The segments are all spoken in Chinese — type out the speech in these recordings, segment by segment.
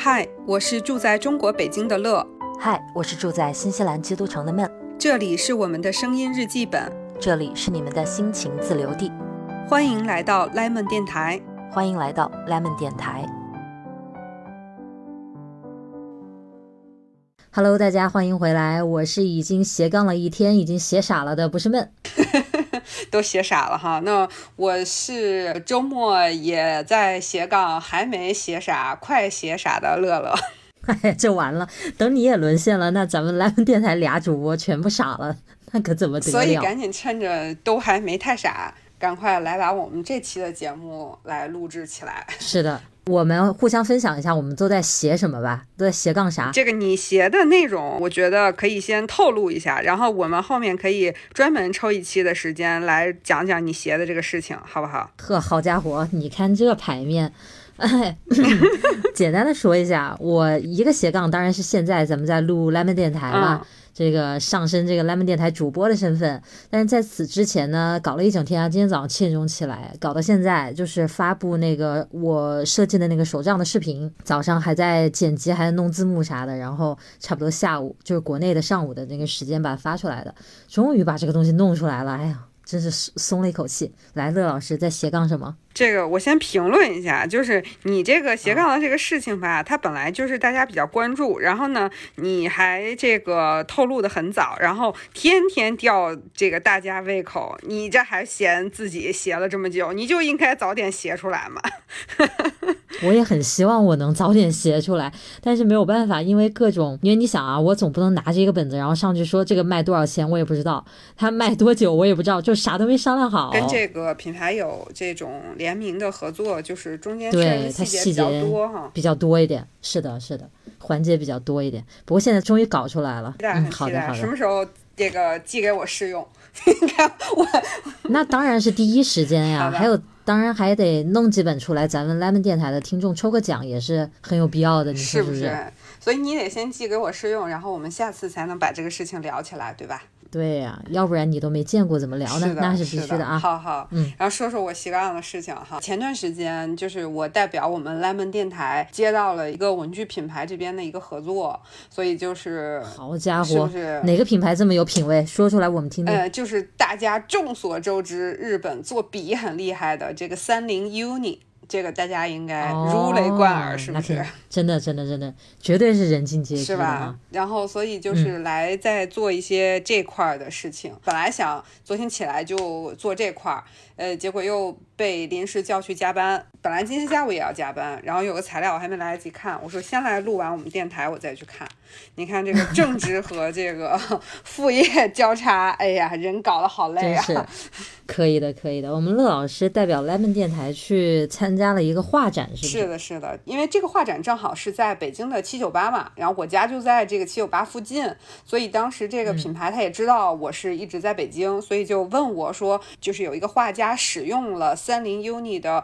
嗨，我是住在中国北京的乐。 嗨，我是住在新西兰基督城的闷。 这里是我们的声音日记本， 这里是你们的心情自留地。 欢迎来到 Lemon 电台。 欢迎来到 Lemon 电台。Hello， 大家欢迎回来，我是已经斜杠了一天，已经写傻了的，不是闷。 都写傻了哈，那我是周末也在斜杠，还没写傻，快写傻的乐乐。 哎，这完了，等你也沦陷了，那咱们Lemon电台俩主播全部傻了，那可怎么得了？ 所以赶紧趁着都还没太傻，赶快来把我们这期的节目来录制起来。 是的，我们互相分享一下我们都在写什么吧，都在斜杠啥。 这个你写的内容我觉得可以先透露一下，然后我们后面可以专门抽一期的时间来讲讲你写的这个事情，好不好？ 呵，好家伙，你看这牌面。简单的说一下，我一个斜杠当然是现在咱们在录 Lemon 电台嘛，这个上升这个 Lemon 电台主播的身份。但是在此之前呢，搞了一整天啊，今天早上7点钟起来，搞到现在就是发布那个我设计的那个手账的视频，早上还在剪辑，还在弄字幕啥的，然后差不多下午就是国内的上午的那个时间把它发出来的，终于把这个东西弄出来了，哎呀，真是松了一口气。来，乐老师在斜杠什么？ 这个我先评论一下，就是你这个斜杠的这个事情吧，它本来就是大家比较关注，然后呢你还这个透露的很早，然后天天吊这个大家胃口，你这还嫌自己写了这么久，你就应该早点写出来嘛。 我也很希望我能早点写出来，但是没有办法，因为你想啊，我总不能拿着一个本子然后上去说这个卖多少钱我也不知道，他卖多久我也不知道，就啥都没商量好。 跟这个品牌有这种联名的合作，就是中间细节比较多哈， 比较多一点。是的，环节比较多一点。不过现在终于搞出来了，好的。 什么时候这个寄给我试用？你看我， 那当然是第一时间呀。还有，当然还得弄几本出来，咱们 Lemon 电台的听众抽个奖也是很有必要的，你说是不是？ 所以你得先寄给我试用，然后我们下次才能把这个事情聊起来，对吧？ 对呀，要不然你都没见过怎么聊呢？那是必须的啊。 好，然后说说我斜杠的事情哈。前段时间就是我代表我们 Lemon 电台接到了一个文具品牌这边的一个合作，所以就是好家伙， 是不是哪个品牌这么有品位？说出来我们听听。 就是大家众所周知，日本做笔很厉害的这个30 Uni。这个大家应该如雷贯耳，是不是？ 真的，绝对是人尽皆知， 是吧？然后所以就是来再做一些这块的事情。本来想昨天起来就做这块，结果又被临时叫去加班。本来今天下午也要加班，然后有个材料我还没来得及看，我说先来录完我们电台我再去看。你看这个正职和这个副业交叉，哎呀，人搞得好累啊！ 真是可以的。我们乐老师代表 Lemon 电台去参加了一个画展，是不是？ 是的，因为这个画展正好是在北京的798嘛，然后我家就在这个798附近，所以当时这个品牌他也知道我是一直在北京，所以就问我说，就是有一个画家使用了30 Uni 的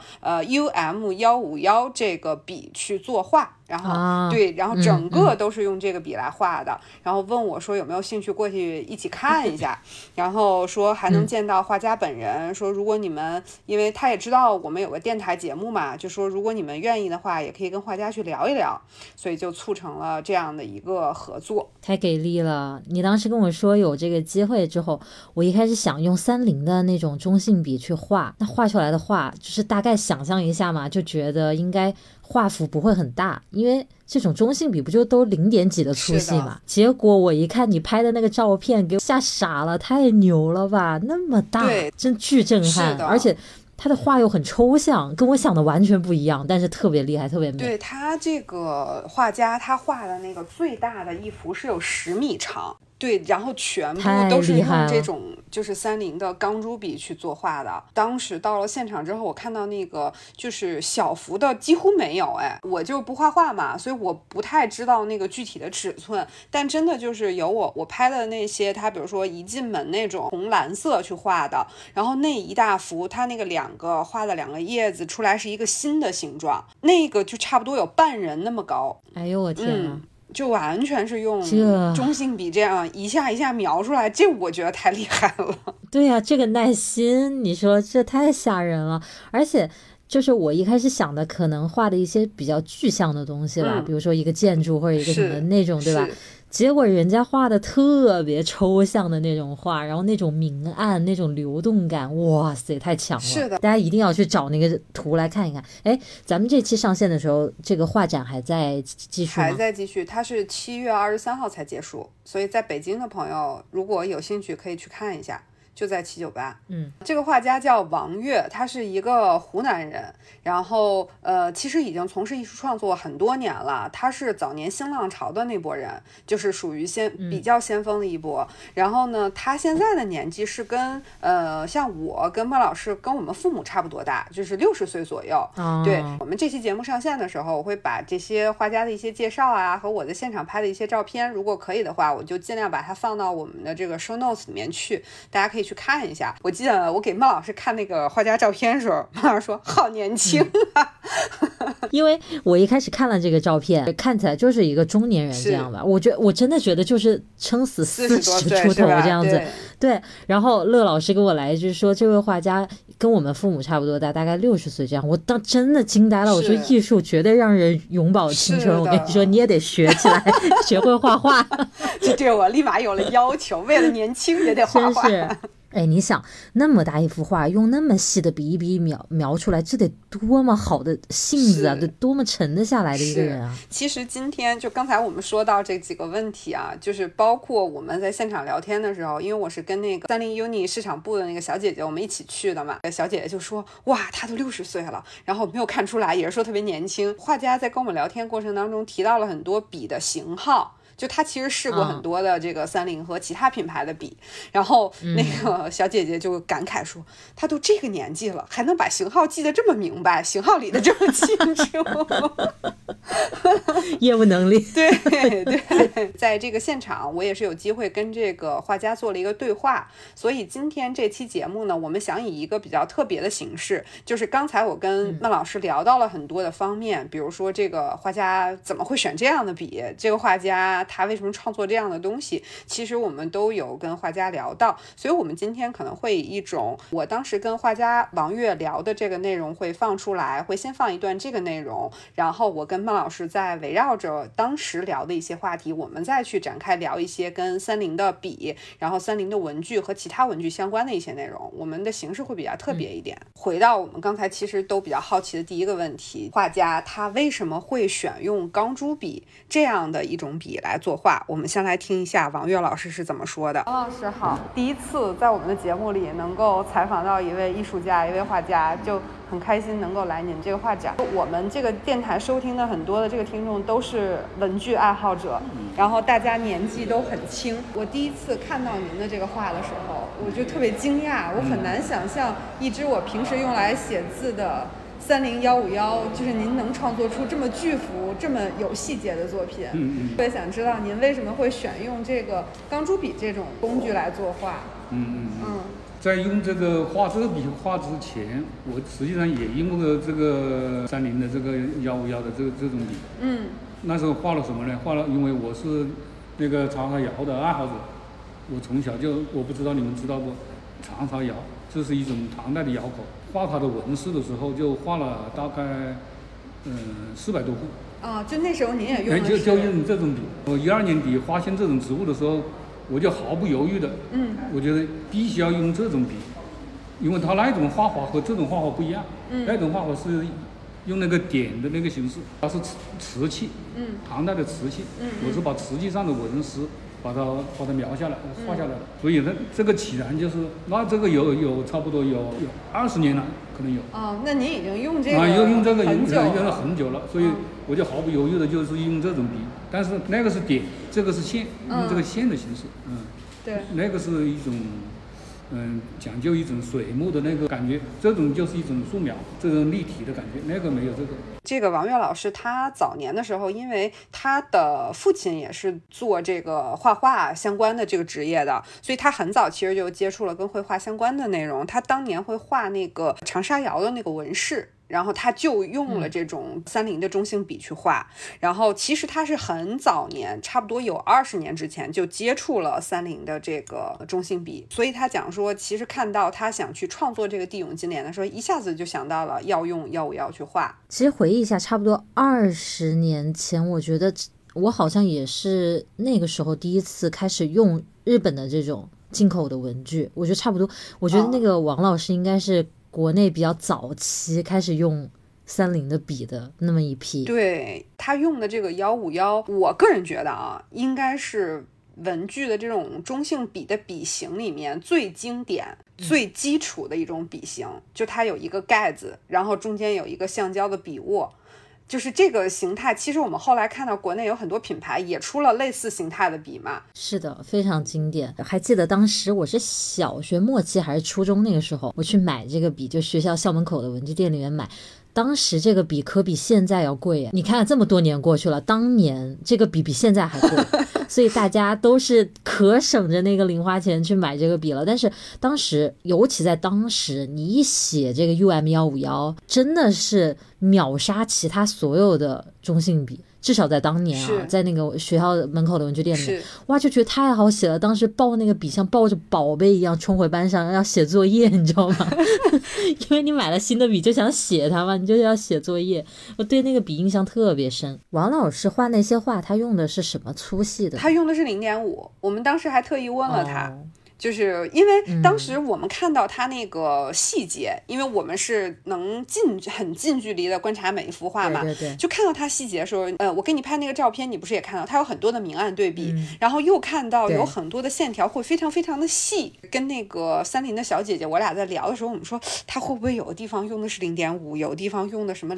UM151这个笔去作画。然后对，然后整个都是用这个笔来画的，然后问我说有没有兴趣过去一起看一下，然后说还能见到画家本人，说如果你们，因为他也知道我们有个电台节目嘛，就说如果你们愿意的话也可以跟画家去聊一聊，所以就促成了这样的一个合作。 太给力了！你当时跟我说有这个机会之后，我一开始想用30的那种中性笔去画，那画出来的画就是大概想象一下嘛，就觉得应该画幅不会很大，因为这种中性笔不就都0点几的粗细嘛？结果我一看你拍的那个照片，给我吓傻了，太牛了吧，那么大，真巨震撼，而且他的画又很抽象，跟我想的完全不一样，但是特别厉害，特别美。 对，他这个画家，他画的那个最大的一幅是有10米长。对，然后全部都是用这种就是30的钢珠笔去作画的。当时到了现场之后，我看到那个就是小幅的几乎没有，我就不画画嘛，所以我不太知道那个具体的尺寸，但真的就是有我拍的那些，他比如说一进门那种红蓝色去画的，然后那一大幅他那个画了2个叶子出来是一个新的形状，那个就差不多有半人那么高。 哎呦我天啊！ 就完全是用中性笔这样一下一下描出来，这我觉得太厉害了。 对呀，这个耐心，你说这太吓人了。而且就是我一开始想的可能画的一些比较具象的东西吧，比如说一个建筑或者一个什么那种，对吧？结果人家画的特别抽象的那种画，然后那种明暗那种流动感，哇塞，太强了。 是的， 大家一定要去找那个图来看一看。哎，咱们这期上线的时候，这个画展还在继续吗？ 还在继续，它是7月23号才结束，所以在北京的朋友如果有兴趣可以去看一下，就在798。这个画家叫王悦，他是一个湖南人，然后其实已经从事艺术创作很多年了。他是早年新浪潮的那波人，就是属于比较先锋的一波。然后呢，他现在的年纪是跟像我跟孟老师跟我们父母差不多大，就是60岁左右。对，我们这期节目上线的时候，我会把这些画家的一些介绍啊，和我在现场拍的一些照片，如果可以的话，我就尽量把它放到我们的这个 show notes 里面去，大家可以去看一下。我记得我给孟老师看那个画家照片的时候，孟老师说好年轻啊。 因为我一开始看了这个照片，看起来就是一个中年人这样吧，我真的觉得就是撑死40出头这样子。对，然后乐老师跟我来一句说，这位画家跟我们父母差不多大，大概60岁这样。我当真的惊呆了，我说艺术绝对让人永葆青春。我跟你说，你也得学起来，学会画画。 这对我立马有了要求，为了年轻也得画画。 真是。哎，你想那么大一幅画，用那么细的笔一笔描出来，这得多么好的性子啊，得多么沉得下来的一个人啊！ 其实今天就刚才我们说到这几个问题啊，就是包括我们在现场聊天的时候，因为我是跟那个30uni 市场部的那个小姐姐我们一起去的嘛，小姐姐就说哇，她都60岁了，然后没有看出来，也是说特别年轻。画家在跟我们聊天过程当中提到了很多笔的型号。就他其实试过很多的这个30和其他品牌的笔，然后那个小姐姐就感慨说，他都这个年纪了，还能把型号记得这么明白，型号理得这么清楚。 业务能力。 对对，在这个现场我也是有机会跟这个画家做了一个对话，所以今天这期节目呢，我们想以一个比较特别的形式，就是刚才我跟孟老师聊到了很多的方面，比如说这个画家怎么会选这样的笔，这个画家他为什么创作这样的东西，其实我们都有跟画家聊到，所以我们今天可能会以一种我当时跟画家王悦聊的这个内容会放出来，会先放一段这个内容，然后我跟孟老师再围绕着当时聊的一些话题，我们再去展开聊一些跟30的笔，然后30的文具和其他文具相关的一些内容，我们的形式会比较特别一点。回到我们刚才其实都比较好奇的第一个问题，画家他为什么会选用钢珠笔这样的一种笔来作画？我们先来听一下王悦老师是怎么说的。王老师好，第一次在我们的节目里能够采访到一位艺术家，一位画家，就很开心能够来您这个画展。我们这个电台收听的很多的这个听众都是文具爱好者，然后大家年纪都很轻。我第一次看到您的这个画的时候，我就特别惊讶，我很难想象一支我平时用来写字的30151，就是您能创作出这么巨幅、这么有细节的作品。特别想知道您为什么会选用这个钢珠笔这种工具来作画。 在用这个画这个笔画之前，我实际上也用过这个30的这个151的这种笔。那时候画了什么呢？画了，因为我是那个长沙窑的爱好者，我从小就，我不知道你们知道不？长沙窑这是一种唐代的窑口，画它的纹饰的时候就画了大概400多户。 就那时候您也用的是？ 就用这种笔。我12年底发现这种植物的时候，我就毫不犹豫的，我觉得必须要用这种笔，因为它那种画法和这种画法不一样。那种画法是用那个点的那个形式，它是瓷器，唐代的瓷器，我是把瓷器上的纹饰把它描下来，画下来的。所以呢，这个起源就是，那这个有差不多有20年了，可能有。 那您已经用这个用这个用了很久了，所以我就毫不犹豫的就是用这种笔。但是那个是点，这个是线，用这个线的形式。 对， 那个是一种。讲究一种水墨的那个感觉，这种就是一种素描，这种立体的感觉，那个没有这个。 这个王悦老师他早年的时候，因为他的父亲也是做这个画画相关的这个职业的，所以他很早其实就接触了跟绘画相关的内容。他当年会画那个长沙窑的那个纹饰。 然后他就用了这种30的中性笔去画，然后其实他是很早年，差不多有20年之前就接触了30的这个中性笔，所以他讲说其实看到他想去创作这个地涌金莲的时候，一下子就想到了要用151去画。 其实回忆一下，差不多20年前，我觉得我好像也是那个时候第一次开始用日本的这种进口的文具，我觉得差不多。我觉得那个王老师应该是国内比较早期开始用30的笔的那么一批。 对，他用的这个151，我个人觉得啊，应该是文具的这种中性笔的笔型里面最经典、最基础的一种笔型，就它有一个盖子，然后中间有一个橡胶的笔握。就是这个形态，其实我们后来看到国内有很多品牌也出了类似形态的笔嘛。 是的，非常经典。还记得当时我是小学末期还是初中那个时候，我去买这个笔，就学校校门口的文具店里面买。当时这个笔可比现在要贵啊！你看这么多年过去了，当年这个笔比现在还贵，所以大家都是可省着那个零花钱去买这个笔了。但是当时，尤其在当时，你一写这个 UM151，真的是秒杀其他所有的中性笔。至少在当年啊，在那个学校门口的文具店里面，哇，就觉得太好写了。当时抱那个笔像抱着宝贝一样冲回班上要写作业，你知道吗？因为你买了新的笔就想写它嘛，你就要写作业。我对那个笔印象特别深。王老师画那些画，他用的是什么粗细的？ 他用的是0.5，我们当时还特意问了他。就是因为当时我们看到他那个细节，因为我们是能很近距离的观察每一幅画嘛， 对对对， 就看到他细节的时候，我给你拍那个照片，你不是也看到他有很多的明暗对比，然后又看到有很多的线条会非常非常的细。跟那个30的小姐姐我俩在聊的时候，我们说他会不会有的地方用的是0.5，有的地方用的什么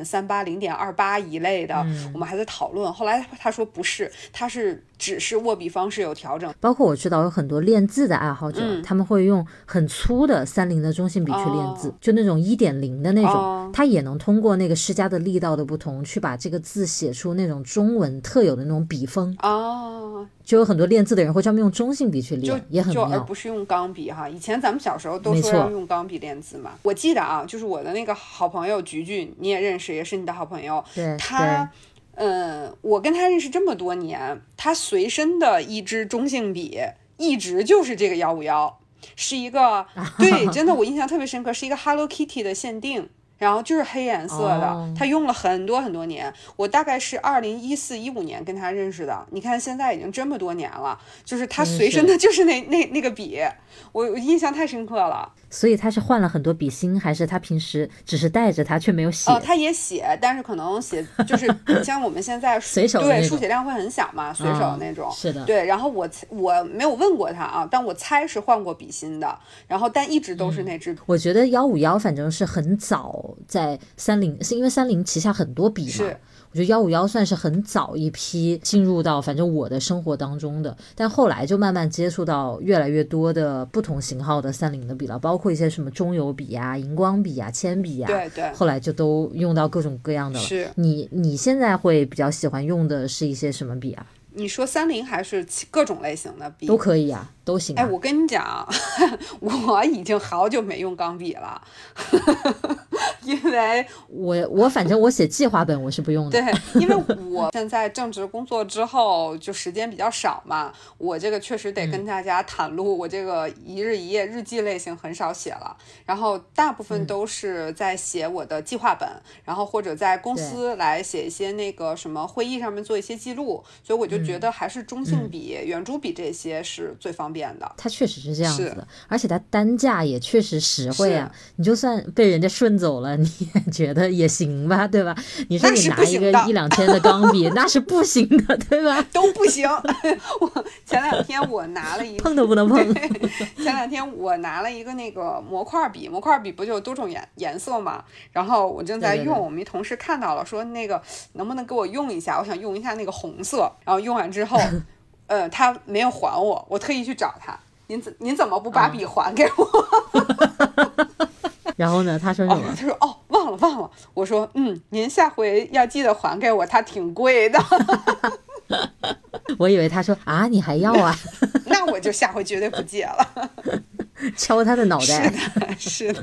0.38、0.28一类的，我们还在讨论。后来他说不是，他是只是握笔方式有调整。 包括我知道有很多练字的爱好者，他们会用很粗的30的中性笔去练字，就那种1.0的那种，他也能通过那个施加的力道的不同，去把这个字写出那种中文特有的那种笔锋。就有很多练字的人会专门用中性笔去练，也很妙， 而不是用钢笔哈。以前咱们小时候都说要用钢笔练字嘛。我记得啊，就是我的那个好朋友菊菊，你也认识，也是你的好朋友。 对， 他我跟他认识这么多年，他随身的一支中性笔一直就是这个151，是一个对，真的我印象特别深刻，是一个 Hello Kitty 的限定。然后就是黑颜色的，他用了很多很多年。我大概是2014、15年跟他认识的，你看现在已经这么多年了，就是他随身的就是那个笔，我印象太深刻了。 所以他是换了很多笔芯，还是他平时只是带着它却没有写？ 他也写，但是可能写就是像我们现在随手对书写量会很小嘛，随手那种。 是的， 对。然后我没有问过他啊，但我猜是换过笔芯的。然后但一直都是那支。 我觉得151反正是很早在30，是因为30旗下很多笔嘛。 是。 我觉得151算是很早一批进入到反正我的生活当中的，但后来就慢慢接触到越来越多的不同型号的30的笔了，包括一些什么中油笔啊、荧光笔啊、铅笔啊， 对对， 后来就都用到各种各样的了。 是， 你现在会比较喜欢用的是一些什么笔啊？ 你说30还是各种类型的笔都可以啊，都行啊。 我跟你讲，我已经好久没用钢笔了，因为我反正我写计划本我是不用的。 对，因为我现在正职工作之后就时间比较少嘛，我这个确实得跟大家袒露，我这个一日一夜日记类型很少写了，然后大部分都是在写我的计划本，然后或者在公司来写一些那个什么会议上面做一些记录，所以我就觉得还是中性笔、圆珠笔这些是最方便的。 它确实是这样子的，而且它单价也确实实惠啊。你就算被人家顺走了，你也觉得也行吧，对吧？你说你拿一个1-2千的钢笔，那是不行的，对吧？ 都不行。我前2天我拿了一个碰都不能碰。 前2天我拿了一个那个模块笔，模块笔不就有多种颜色嘛？然后我正在用， 对对对， 我们一同事看到了，说那个能不能给我用一下？我想用一下那个红色。然后用完之后，他没有还我，我特意去找他，您怎么不把笔还给我？ 然后呢？他说什么？ 他说忘了。我说您下回要记得还给我，它挺贵的。 我以为他说啊，你还要啊？ 那我就下回绝对不借了。 敲他的脑袋。 是的。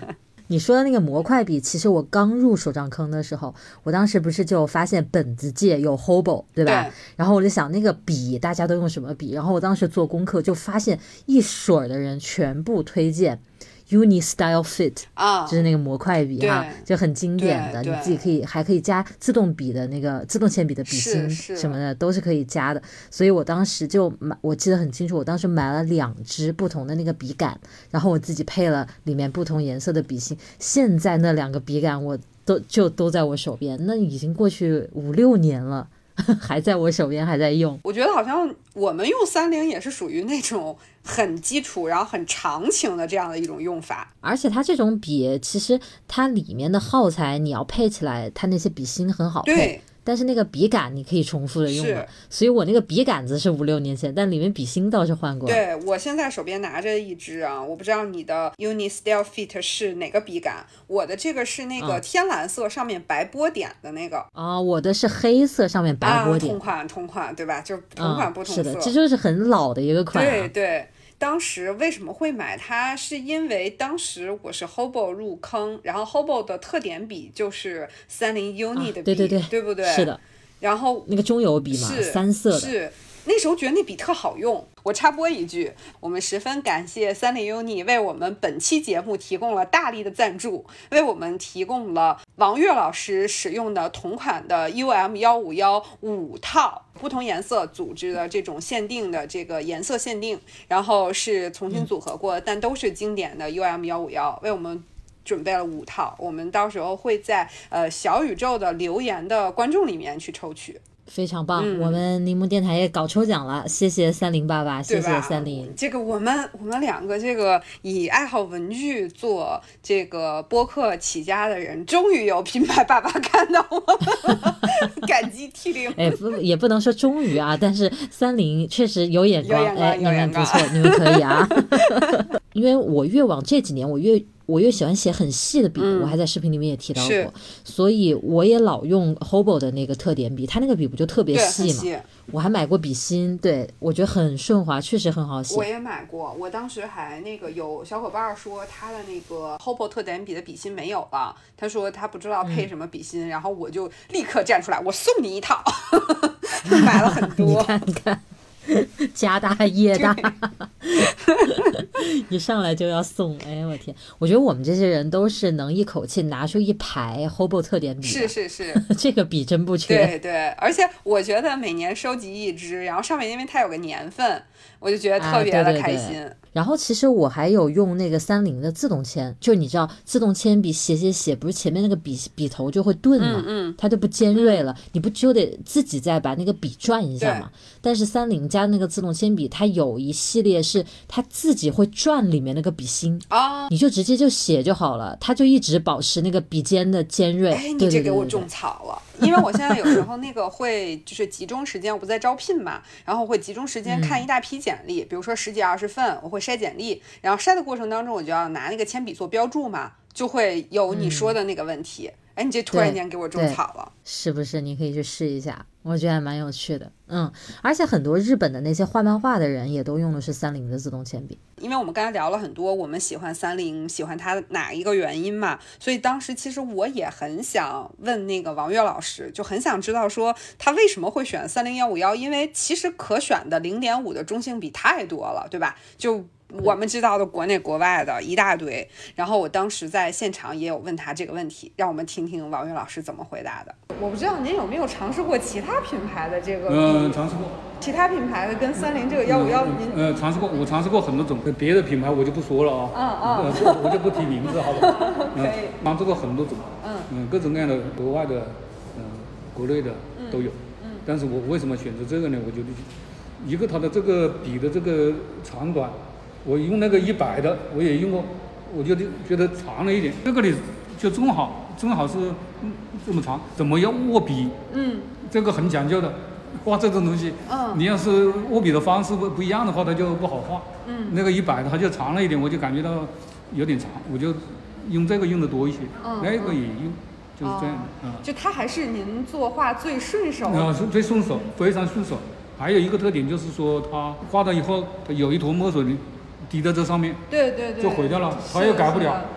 你说的那个模块笔，其实我刚入手账坑的时候，我当时不是就发现本子界有 Hobo 对吧？ 对， 然后我就想那个笔大家都用什么笔，然后我当时做功课就发现一水的人全部推荐Uni Style Fit 就是那个模块笔哈，就很经典的，你自己还可以加自动笔的那个自动铅笔的笔芯什么的都是可以加的，所以我当时就我记得很清楚，我当时买了2支不同的那个笔杆，然后我自己配了里面不同颜色的笔芯，现在那2个笔杆我都在我手边，那已经过去5-6年了。还在我手边还在用。 我觉得好像我们用30也是属于那种很基础然后很长情的这样的一种用法， 而且它这种笔其实它里面的耗材你要配起来，它那些笔芯很好配， 对， 但是那个笔杆你可以重复的用的，所以我那个笔杆子是5-6年前，但里面笔芯倒是换过。 对，我现在手边拿着一支啊，我不知道你的 Uni Style Fit 是哪个笔杆，我的这个是那个天蓝色上面白波点的那个我的是黑色上面白波点， 同款对吧？就是同款不同色， 是的，这就是很老的一个款对对。当时为什么会买它，是因为当时我是 Hobo 入坑，然后 Hobo 的特点笔就是30 Uni 的笔，对不对？ 是的。 然后那个中油笔嘛，3色的。 是，那时候觉得那笔特好用。我插播一句，我们十分感谢30 Uni 为我们本期节目提供了大力的赞助，为我们提供了王悦老师使用的同款的 UM151 5套不同颜色组织的这种限定的这个颜色限定，然后是重新组合过的，但都是经典的 UM151，为我们准备了5套，我们到时候会在小宇宙的留言的观众里面去抽取。 非常棒，我们柠檬电台也搞抽奖了，谢谢3088，谢谢30。 这个我们2个这个以爱好文具做这个播客起家的人，终于有品牌爸爸看到我们了，感激涕零。 也不能说终于啊，但是30确实有眼光，你们不错，你们可以啊。因为我越往这几年，我越喜欢写很细的笔，我还在视频里面也提到过，所以我也老用 Hobo 的那个特点笔，它那个笔不就特别细嘛？我还买过笔芯，对，我觉得很顺滑，确实很好写。 我也买过，我当时还那个有小伙伴说他的那个 Hobo 特点笔的笔芯没有了，他说他不知道配什么笔芯，然后我就立刻站出来，我送你一套，买了很多。 你看看。家大业大一上来就要送，哎我天，我觉得我们这些人都是能一口气拿出一排 Hobo 特点笔， 是这个笔真不缺。 对对，而且我觉得每年收集一支，然后上面因为它有个年份，我就觉得特别的开心。 对，然后其实我还有用那个30的自动铅，就是你知道自动铅笔写不是前面那个笔头就会钝嘛，它就不尖锐了，你不就得自己再把那个笔转一下嘛？但是30加那个自动铅笔，它有一系列是它自己会转里面那个笔芯你就直接就写就好了，它就一直保持那个笔尖的尖锐。 你这给我种草了，因为我现在有时候那个会就是集中时间，我不在招聘嘛，然后会集中时间看一大批简历，比如说10几20份，我会筛简历，然后筛的过程当中我就要拿那个铅笔做标注嘛，就会有你说的那个问题。你这突然间给我种草了， 是不是？你可以去试一下，我觉得还蛮有趣的。而且很多日本的那些画漫画的人也都用的是30的自动铅笔。 因为我们刚才聊了很多我们喜欢30，喜欢它哪一个原因嘛，所以当时其实我也很想问那个王悦老师，就很想知道说他为什么会选30151，因为其实可选的0.5的中性笔太多了，对吧？就我们知道的国内国外的一大堆，然后我当时在现场也有问他这个问题，让我们听听王悦老师怎么回答的。我不知道您有没有尝试过其他品牌的这个尝试过其他品牌的跟30这个151您尝试过，我尝试过很多种，别的品牌我就不说了我就不提名字好吧可以尝试过很多种各种各样的国外的国内的都有但是我为什么选择这个呢？我觉得一个它的这个笔的这个长短，我用那个100的我也用过，我就觉得长了一点，这个里就正好是这么长，怎么样握笔这个很讲究的，画这种东西你要是握笔的方式不一样的话它就不好画那个100的它就长了一点，我就感觉到有点长，我就用这个用的多一些那个也用就是这样就它还是您作画最顺手是最顺手，非常顺手。还有一个特点就是说它画了以后它有一坨墨水滴在这上面， 对， 就毁掉了，它又改不了，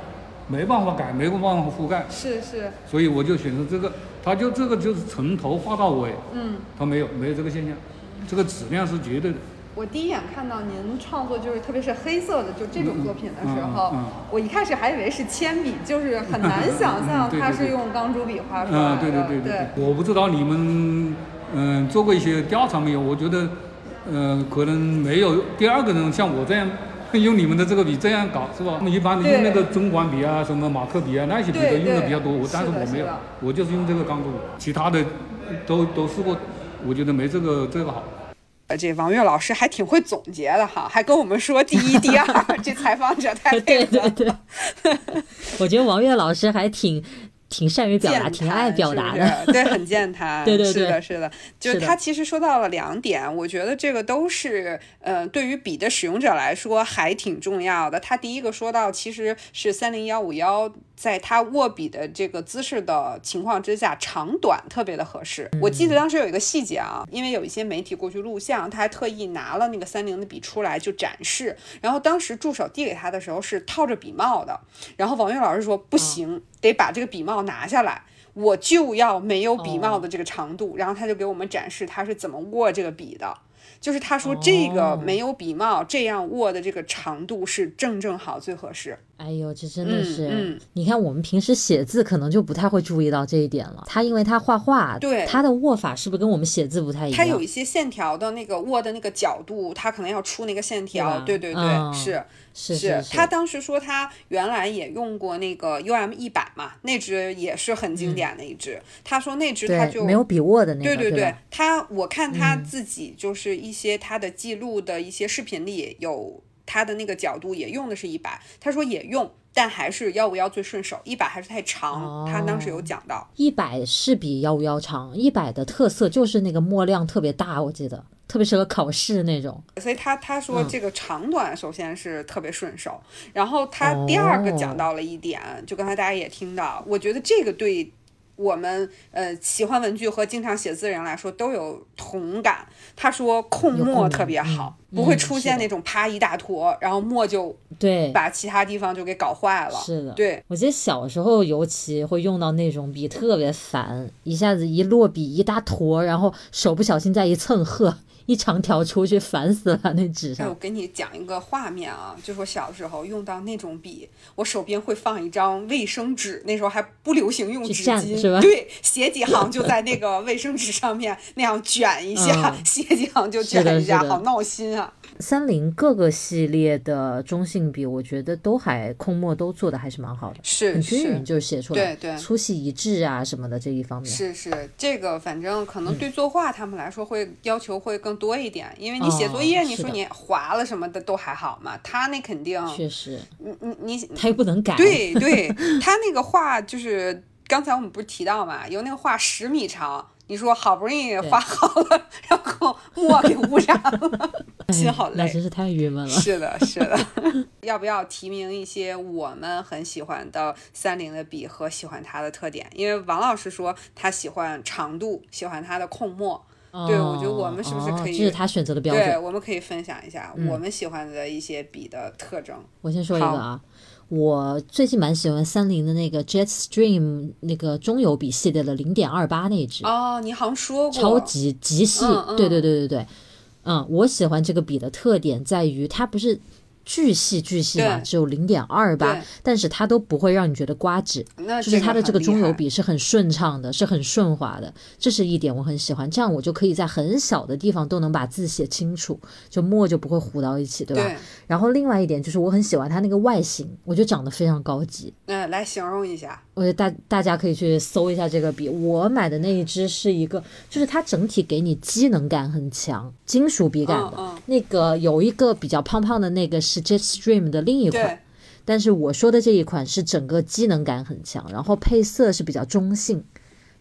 没办法改，没办法覆盖， 是， 所以我就选择这个，它就这个就是从头画到尾，它没有这个现象，这个质量是绝对的。 我第一眼看到您创作就是特别是黑色的就这种作品的时候，我一开始还以为是铅笔，就是很难想象它是用钢珠笔画出来的。对， 我不知道你们做过一些调查没有？我觉得可能没有第二个人像我这样用你们的这个笔这样搞，是吧？一般的用那个中管笔啊、什么马克笔啊那些笔都用的比较多，但是我没有，我就是用这个钢珠笔，其他的都试过，我觉得没这个好。 这王悦老师还挺会总结的哈，还跟我们说第一、第二，这采访者太对，我觉得王悦老师还挺善于表达，挺爱表达的， 对，很健谈。 对， 是的，就是他其实说到了2点，我觉得这个都是对于笔的使用者来说还挺重要的。他第一个说到，其实是30151，在他握笔的这个姿势的情况之下，长短特别的合适。我记得当时有一个细节啊，因为有一些媒体过去录像，他还特意拿了那个30的笔出来就展示，然后当时助手递给他的时候是套着笔帽的，然后王悦老师说不行，得把这个笔帽拿下来，我就要没有笔帽的这个长度，然后他就给我们展示他是怎么握这个笔的，就是他说这个没有笔帽这样握的这个长度是正好最合适。 哎呦，这真的是，你看我们平时写字可能就不太会注意到这一点了。他因为他画画， 对他的握法是不是跟我们写字不太一样？ 他有一些线条的那个握的那个角度，他可能要出那个线条。对，是。他当时说他原来也用过那个 UM100嘛，那支也是很经典的一支。他说那支他就没有笔握的那个。 对，我看他自己就是一些他的记录的一些视频里有。他的那个角度也用的是100，他说也用，但还是151最顺手，100还是太长，他当时有讲到。 100是比151长，100的特色就是那个墨量特别大，我记得特别适合考试那种。 所以他说这个长短首先是特别顺手，然后他第二个讲到了一点，就刚才大家也听到，我觉得这个对我们喜欢文具和经常写字的人来说都有同感。他说控墨特别好，不会出现那种啪一大坨，然后墨就把其他地方就给搞坏了。 是的， 对， 我记得小时候尤其会用到那种笔，特别烦，一下子一落笔一大坨，然后手不小心再一蹭，一长条出去，烦死了那纸上。 我给你讲一个画面啊，就是我小时候用到那种笔，我手边会放一张卫生纸，那时候还不流行用纸巾， 是吧？ 对，写几行就在那个卫生纸上面那样卷一下，写几行就卷一下，好闹心啊。 30各个系列的中性笔，我觉得都还控墨都做的还是蛮好的， 是很均匀，就是写出来， 对， 粗细一致啊什么的这一方面。 是这个，反正可能对作画他们来说会要求会更多一点，因为你写作业，你说你划了什么的都还好嘛，他那肯定确实， 你他又不能改。 对，他那个画就是刚才我们不是提到嘛，有那个画10米长。你说好不容易画好了，然后墨给污染了，心好累， 那真是太郁闷了。 是的要不要提名一些我们很喜欢的30的笔和喜欢它的特点？因为王老师说他喜欢长度，喜欢它的控墨。对，我觉得我们是不是可以， 这是他选择的标准。 对，我们可以分享一下我们喜欢的一些笔的特征。 我先说一个啊，我最近蛮喜欢30的那个 Jetstream 那个中油笔系列的0.28那一支。 你好像说过， 超级极细。对，我喜欢这个笔的特点在于它不是巨细嘛，只有0.28，但是它都不会让你觉得刮纸，就是它的这个中油笔是很顺畅的，是很顺滑的，这是一点我很喜欢。这样我就可以在很小的地方都能把字写清楚，就墨就不会糊到一起，对吧？ 对。 然后另外一点就是我很喜欢它那个外形，我觉得长得非常高级。 来形容一下。 我觉得大家可以去搜一下这个笔，我买的那一支是一个，就是它整体给你机能感很强，金属笔感的。那个有一个比较胖胖的那个是 Jetstream 的另一款，但是我说的这一款是整个机能感很强，然后配色是比较中性，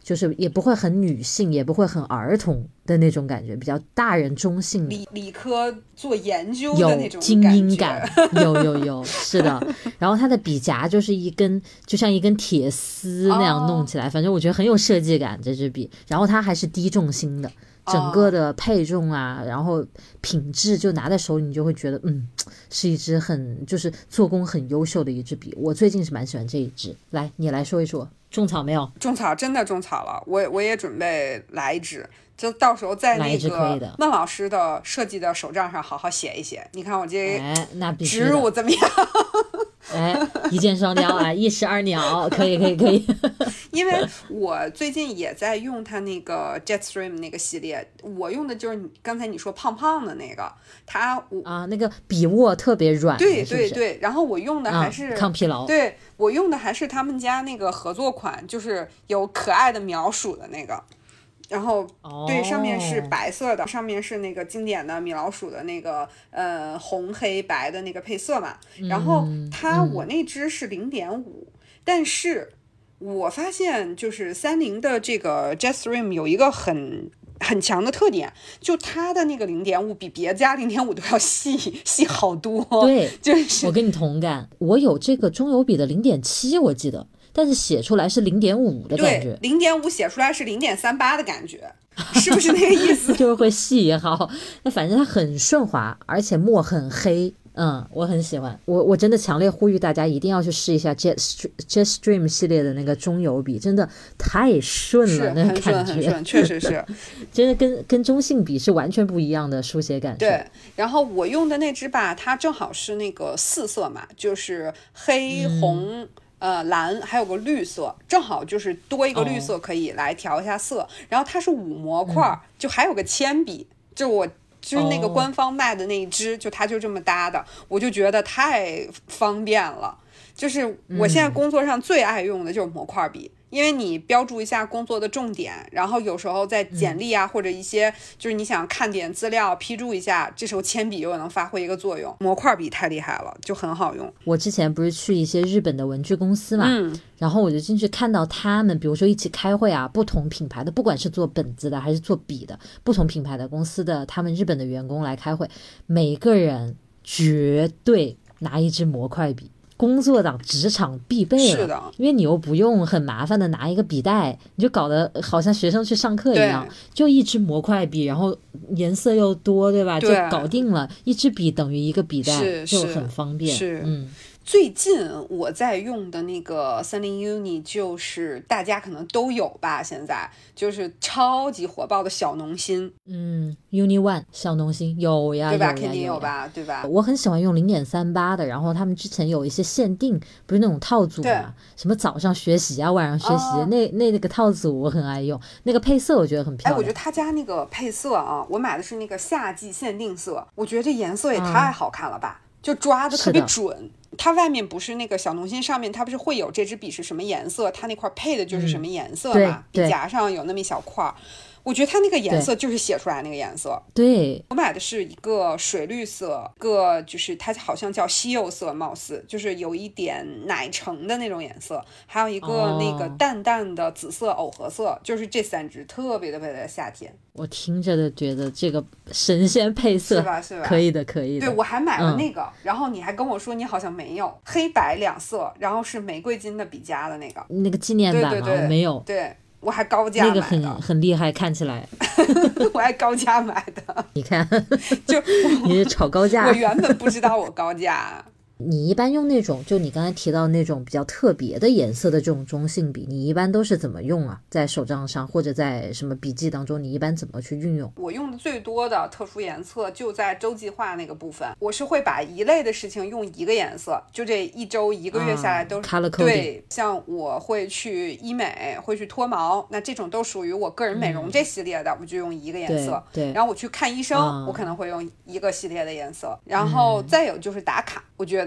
就是也不会很女性，也不会很儿童的那种感觉，比较大人中性， 理科做研究的那种有精英感，有，是的。然后它的笔夹就是就像一根铁丝那样弄起来，反正我觉得很有设计感这支笔。然后它还是低重心的，整个的配重啊，然后品质就拿在手里你就会觉得是一支就是做工很优秀的一支笔。我最近是蛮喜欢这一支。来，你来说一说。种草没有？ 种草，真的种草了。我也准备来一支，就到时候在那个孟老师的设计的手账上好好写一写。你看我这植入怎么样？ 一箭双雕啊，一石二鸟，可以。 因为我最近也在用它那个 Jetstream 那个系列，我用的就是刚才你说胖胖的那个， 那个笔握特别软， 对，然后我用的还是抗疲劳， 对，我用的还是他们家那个合作款，就是有可爱的描属的那个。然后对，上面是白色的，上面是那个经典的米老鼠的那个红黑白的那个配色嘛。然后我那支是0.5，但是我发现就是30的这个 Jetstream 有一个很强的特点，就它的那个0.5比别家0.5都要细好多。 对， 就是我跟你同感，我有这个中油笔的0.7，我记得。但是写出来是0.5的感觉， 对，0.5写出来是0.38的感觉，是不是那个意思？ 就是会细也好，那反正它很顺滑，而且墨很黑，我很喜欢。我真的强烈呼吁大家一定要去试一下 Jetstream 系列的那个中油笔，真的太顺了，那个感觉很顺，确实是， 真的跟中性笔是完全不一样的书写感受。 对，然后我用的那支吧，它正好是那个4色嘛，就是黑红。蓝还有个绿色，正好就是多一个绿色可以来调一下色。然后它是5模块，就还有个铅笔，就是那个官方卖的那一支，就它就这么搭的，我就觉得太方便了。就是我现在工作上最爱用的就是模块笔。因为你标注一下工作的重点，然后有时候在简历啊，或者一些就是你想看点资料批注一下，这时候铅笔又能发挥一个作用。模块笔太厉害了，就很好用。 我之前不是去一些日本的文具公司嘛，然后我就进去看到他们比如说一起开会啊，不同品牌的，不管是做本子的还是做笔的，不同品牌的公司的他们日本的员工来开会，每个人绝对拿一支模块笔，工作党职场必备了。 是的， 因为你又不用很麻烦的拿一个笔袋，你就搞得好像学生去上课一样，就一支模块笔，然后颜色又多，对吧？就搞定了，一支笔等于一个笔袋，就很方便。 是，最近我在用的那个30uni 就是大家可能都有吧，现在就是超级火爆的小农心。 Uni One 小农心有呀， 对吧？肯定有吧，对吧？ 我很喜欢用0.38的，然后他们之前有一些限定，不是那种套组嘛，什么早上学习啊，晚上学习，那个套组我很爱用，那个配色我觉得很漂亮。 我觉得他家那个配色啊，我买的是那个夏季限定色，我觉得这颜色也太好看了吧，就抓的特别准。它外面不是那个小农心上面，它不是会有这支笔是什么颜色，它那块配的就是什么颜色嘛，笔夹上有那么一小块。我觉得它那个颜色就是写出来那个颜色。 对， 我买的是一个水绿色，一个就是它好像叫西柚色，貌似就是有一点奶橙的那种颜色，还有一个那个淡淡的紫色藕荷色，就是这3支特别的夏天。 我听着就觉得这个神仙配色是吧？ 可以的。对， 我还买了那个，然后你还跟我说你好像没有黑白2色，然后是玫瑰金的笔夹的那个纪念版吗？ 对， 我没有。 对，我还高价买的， 那个很厉害，看起来我还高价买的。 你看， 就你是炒高价。 我原本不知道我高价。 你一般用那种就你刚才提到那种比较特别的颜色的这种中性笔，你一般都是怎么用啊？在手账上或者在什么笔记当中，你一般怎么去运用？ 我用的最多的特殊颜色就在周计划那个部分，我是会把一类的事情用一个颜色，就这一周1个月下来都是 color coding。 对，像我会去医美，会去脱毛，那这种都属于我个人美容这系列的，我就用一个颜色。 对， 然后我去看医生，我可能会用一个系列的颜色。然后再有就是打卡，我觉得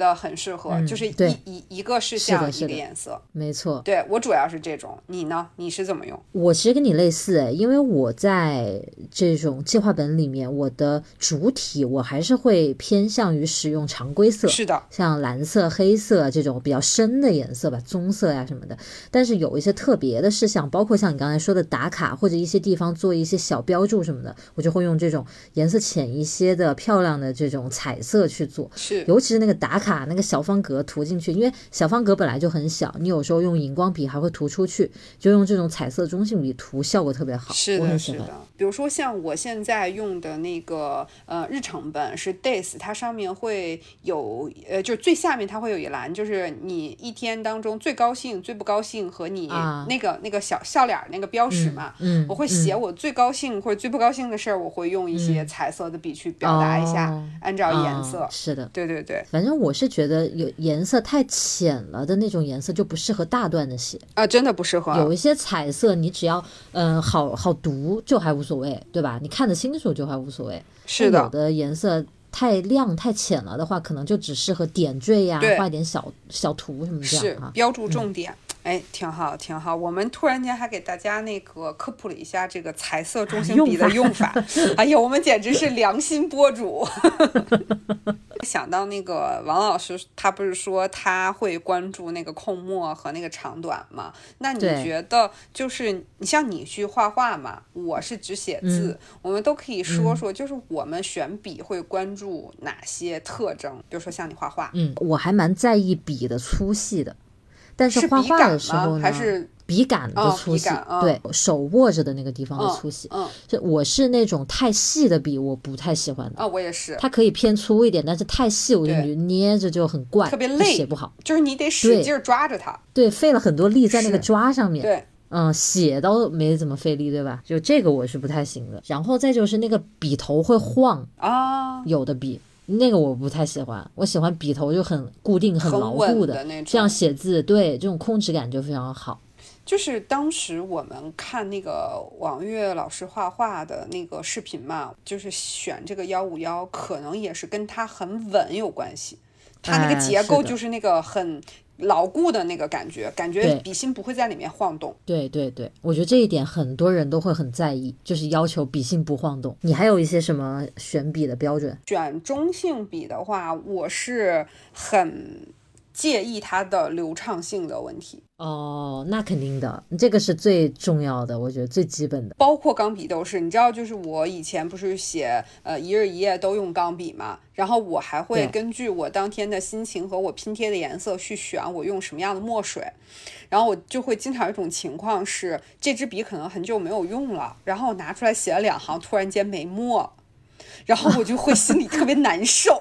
得很适合，就是一个是像一个颜色， 没错。 对，我主要是这种，你呢？你是怎么用？ 我其实跟你类似，因为我在这种计划本里面，我的主体我还是会偏向于使用常规色， 是的， 像蓝色、黑色这种比较深的颜色吧，棕色呀什么的。但是有一些特别的事项，包括像你刚才说的打卡或者一些地方做一些小标注什么的，我就会用这种颜色浅一些的漂亮的这种彩色去做。 是， 尤其是那个打卡那个小方格涂进去，因为小方格本来就很小，你有时候用荧光笔还会涂出去，就用这种彩色中性笔涂，效果特别好。 是的， 是的。 比如说像我现在用的那个日程本是 Days， 它上面会有就是最下面它会有一栏，就是你一天当中最高兴、最不高兴和你那个小笑脸那个标识嘛。我会写我最高兴或者最不高兴的事儿，我会用一些彩色的笔去表达一下，按照颜色。是的，对对对。 反正我是觉得有颜色太浅了的那种颜色就不适合大段的写啊，真的不适合。 有一些彩色你只要好读就还无所谓，对吧？你看得清楚就还无所谓。 是的。 有的颜色太亮太浅了的话，可能就只适合点缀呀，画一点小图什么这样是标注重点。哎，挺好挺好。我们突然间还给大家那个科普了一下这个彩色中性笔的用法。哎呀，我们简直是良心播主。想到那个王老师，他不是说他会关注那个空墨和那个长短吗？那你觉得就是你像你去画画嘛，我是只写字，我们都可以说说，就是我们选笔会关注哪些特征？比如说像你画画， 我还蛮在意笔的粗细的。但是画画的时候呢， 还是笔杆的粗细，对，手握着的那个地方的粗细。我是那种太细的笔我不太喜欢的。 我也是。 它可以偏粗一点，但是太细我就捏着就很怪， 特别累， 写不好。 就是你得使劲抓着它。 对，费了很多力在那个抓上面。 对。 写都没怎么费力，对吧？就这个我是不太行的。然后再就是那个笔头会晃啊，有的笔。那个我不太喜欢，我喜欢笔头就很固定很牢固的那种， 这样写字，对，这种控制感就非常好。 就是当时我们看那个王悦老师画画的那个视频嘛，就是选这个151可能也是跟他很稳有关系，他那个结构就是那个很牢固的那个感觉笔芯不会在里面晃动。 对对对，我觉得这一点很多人都会很在意，就是要求笔芯不晃动。你还有一些什么选笔的标准？ 选中性笔的话，我是很介意它的流畅性的问题。 那肯定的，这个是最重要的，我觉得最基本的。 包括钢笔都是，你知道，就是我以前不是写一日一夜都用钢笔嘛，然后我还会根据我当天的心情和我拼贴的颜色去选我用什么样的墨水，然后我就会经常有一种情况是，这支笔可能很久没有用了，然后我拿出来写了2行，突然间没墨，然后我就会心里特别难受。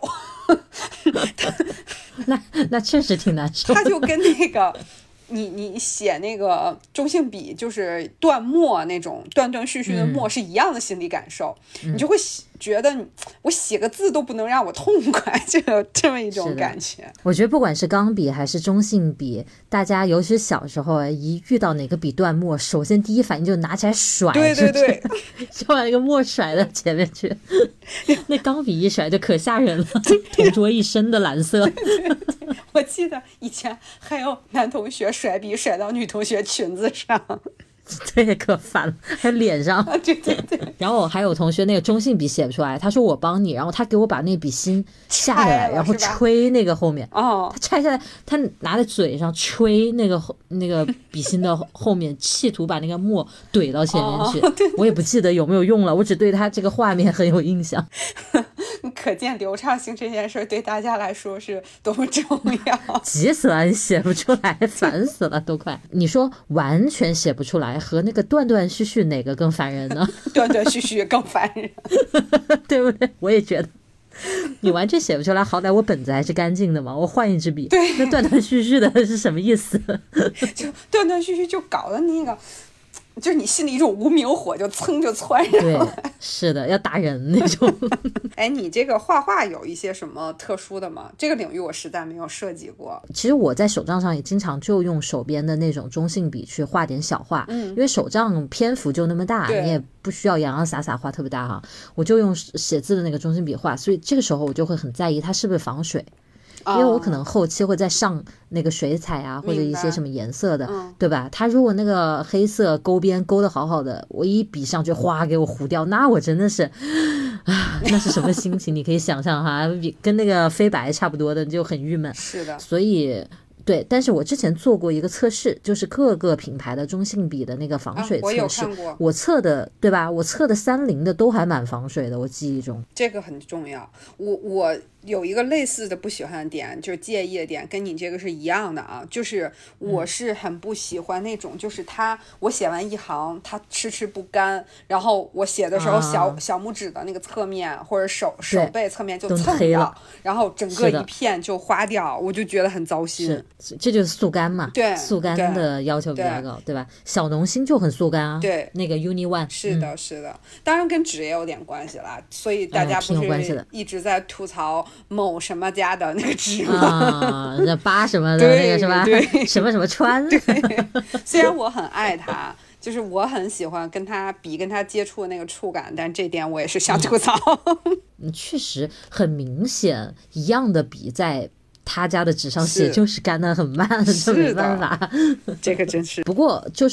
那确实挺难受。 它就跟那个你写那个中性笔就是断墨那种断断续续的墨是一样的心理感受，你就会觉得我写个字都不能让我痛快，就有这么一种感觉。 我觉得不管是钢笔还是中性笔，大家尤其小时候一遇到哪个笔断墨，首先第一反应就拿起来甩， 对对对， 就把那个墨甩到前面去。那钢笔一甩就可吓人了，同桌一身的蓝色。 对，我记得以前还有男同学甩笔甩到女同学裙子上。 对，可烦了，还有脸上。 对对对。 然后我还有同学那个中性笔写不出来，他说我帮你，然后他给我把那笔芯下下来，然后吹那个后面。他拆下来，他拿在嘴上吹那个笔芯的后面，企图把那个墨怼到前面去。 对， 我也不记得有没有用了，我只对他这个画面很有印象。 可见流畅性这件事对大家来说是多么重要。 急死了，你写不出来，烦死了，都快。你说完全写不出来和那个断断续续哪个更烦人呢？ 断断续续更烦人。 对不对？我也觉得你完全写不出来，好歹我本子还是干净的嘛，我换一支笔。 对， 那断断续续的是什么意思？ 就断断续续就搞得那个就是你心里一种无名火就噌就窜上来。 对，是的，要打人那种。 哎，你这个画画有一些什么特殊的吗？这个领域我实在没有涉及过。 其实我在手账上也经常就用手边的那种中性笔去画点小画，因为手账篇幅就那么大，你也不需要洋洋洒洒画特别大哈，我就用写字的那个中性笔画，所以这个时候我就会很在意它是不是防水。 因为我可能后期会再上那个水彩啊，或者一些什么颜色的，对吧？它如果那个黑色勾边勾的好好的，我一笔上去哗给我糊掉，那我真的是啊，那是什么心情？你可以想象哈，跟那个飞白差不多的，就很郁闷。 是的， 所以。对，但是我之前做过一个测试，就是各个品牌的中性笔的那个防水测试， 我有看过， 我测的，对吧？我测的30的都还蛮防水的，我记忆中。 这个很重要。我有一个类似的不喜欢的点，就是介意的点，跟你这个是一样的啊。就是我是很不喜欢那种，就是我写完一行，它迟不干，然后我写的时候小拇指的那个侧面或者手背侧面就蹭掉，然后整个一片就花掉，我就觉得很糟心。 这就是速干嘛？ 对， 速干的要求比较高，对吧？小农心就很速干啊。 对， 那个 Uni One 是的，是的，当然跟纸也有点关系啦。所以大家不是一直在吐槽某什么家的那个纸啊，那八什么的那个是吧？什么什么川。 虽然我很爱它，就是我很喜欢跟它接触的那个触感，但这点我也是想吐槽。 确实很明显，一样的笔在他家的纸上写就是干得很慢，这没办法。 这个真是。 不过就是，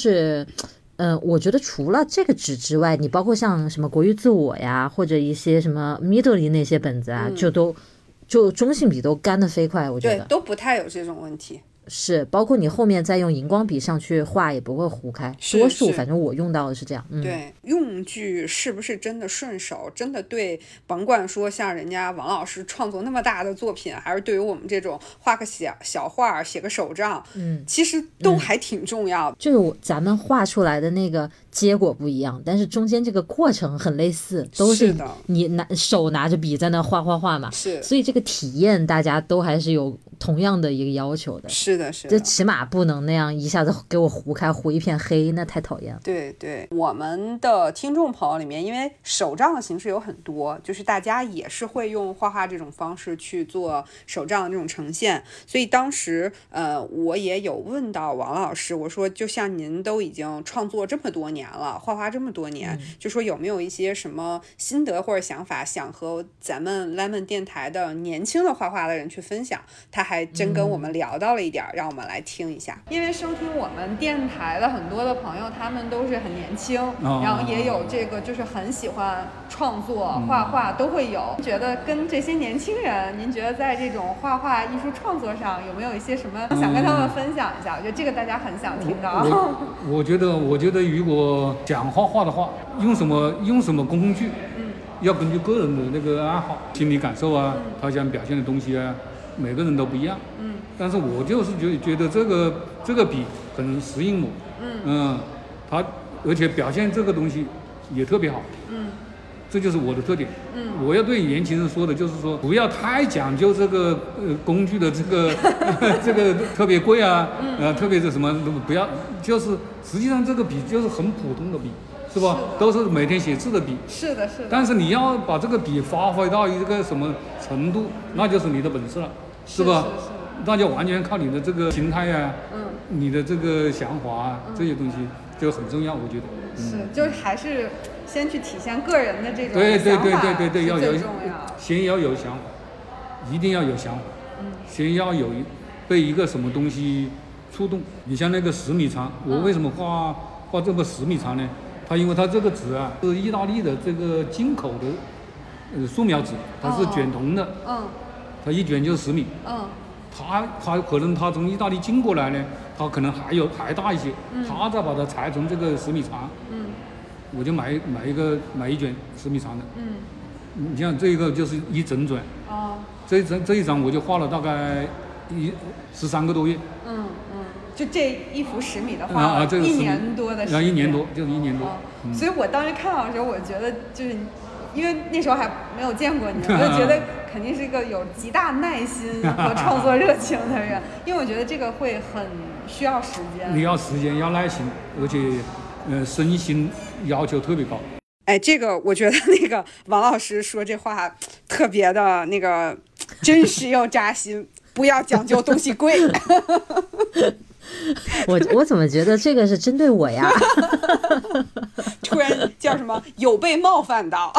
我觉得除了这个纸之外，你包括像什么国语自我呀，或者一些什么 Midori 那些本子啊，就中性笔都干得飞快，我觉得对都不太有这种问题。 是，包括你后面再用荧光笔上去画也不会糊开，多数反正我用到的是这样。 对，用具是不是真的顺手，真的对，甭管说像人家王老师创作那么大的作品，还是对于我们这种画个小画写个手账，其实都还挺重要的。 就是咱们画出来的那个结果不一样，但是中间这个过程很类似，都是你手拿着笔在那画嘛， 是， 所以这个体验大家都还是有同样的一个要求的。 是的，是的， 这起码不能那样一下子给我糊开，糊一片黑，那太讨厌了。 对对，我们的听众朋友里面，因为手账的形式有很多，就是大家也是会用画画这种方式去做手账的这种呈现，所以当时我也有问到王老师，我说就像您都已经创作这么多年了，画画这么多年，就说有没有一些什么心得或者想法想和咱们 Lemon 电台的年轻的画画的人去分享？他还真跟我们聊到了一点，让我们来听一下。因为收听我们电台的很多的朋友，他们都是很年轻，然后也有这个就是很喜欢创作画画都会有。觉得跟这些年轻人，您觉得在这种画画艺术创作上有没有一些什么想跟他们分享一下？我觉得这个大家很想听到。 我觉得如果讲画画的话，用什么工具，要根据个人的那个爱好、心理感受啊，他想表现的东西啊，每个人都不一样。但是我就是觉得这个笔很适应我。它而且表现这个东西也特别好。这就是我的特点。我要对年轻人说的就是说，不要太讲究这个工具的这个这个特别贵啊，特别是什么不要，就是实际上这个笔就是很普通的笔，是吧？都是每天写字的笔。 是的。 但是你要把这个笔发挥到一个什么程度，那就是你的本事了，是吧？那就完全靠你的这个心态啊，你的这个想法啊，这些东西就很重要，我觉得。 就是还是先去体现个人的这种对， 要有先要有想法，一定要有想法，先要有被一个什么东西触动。你像那个10米长，我为什么画这个10米长呢？因为它这个纸啊是意大利的这个进口的素描纸，它是卷筒的，它一卷就是10米。它可能它从意大利进过来呢，它可能还大一些，它再把它裁成这个10米长，我就买一卷10米长的，你像这个就是一整卷，这一张我就画了大概13个多月， 就这一幅10米的画， 这个 1年多的时间， 一年多就是1年多， 所以我当时看到的时候，我觉得就是因为那时候还没有见过你，我就觉得肯定是一个有极大耐心和创作热情的人，因为我觉得这个会很需要时间。你要时间，要耐心，而且身心要求特别高。 哎，这个我觉得那个王老师说这话特别的那个真实又扎心，不要讲究东西贵。 我怎么觉得这个是针对我呀？ 突然叫什么有被冒犯到？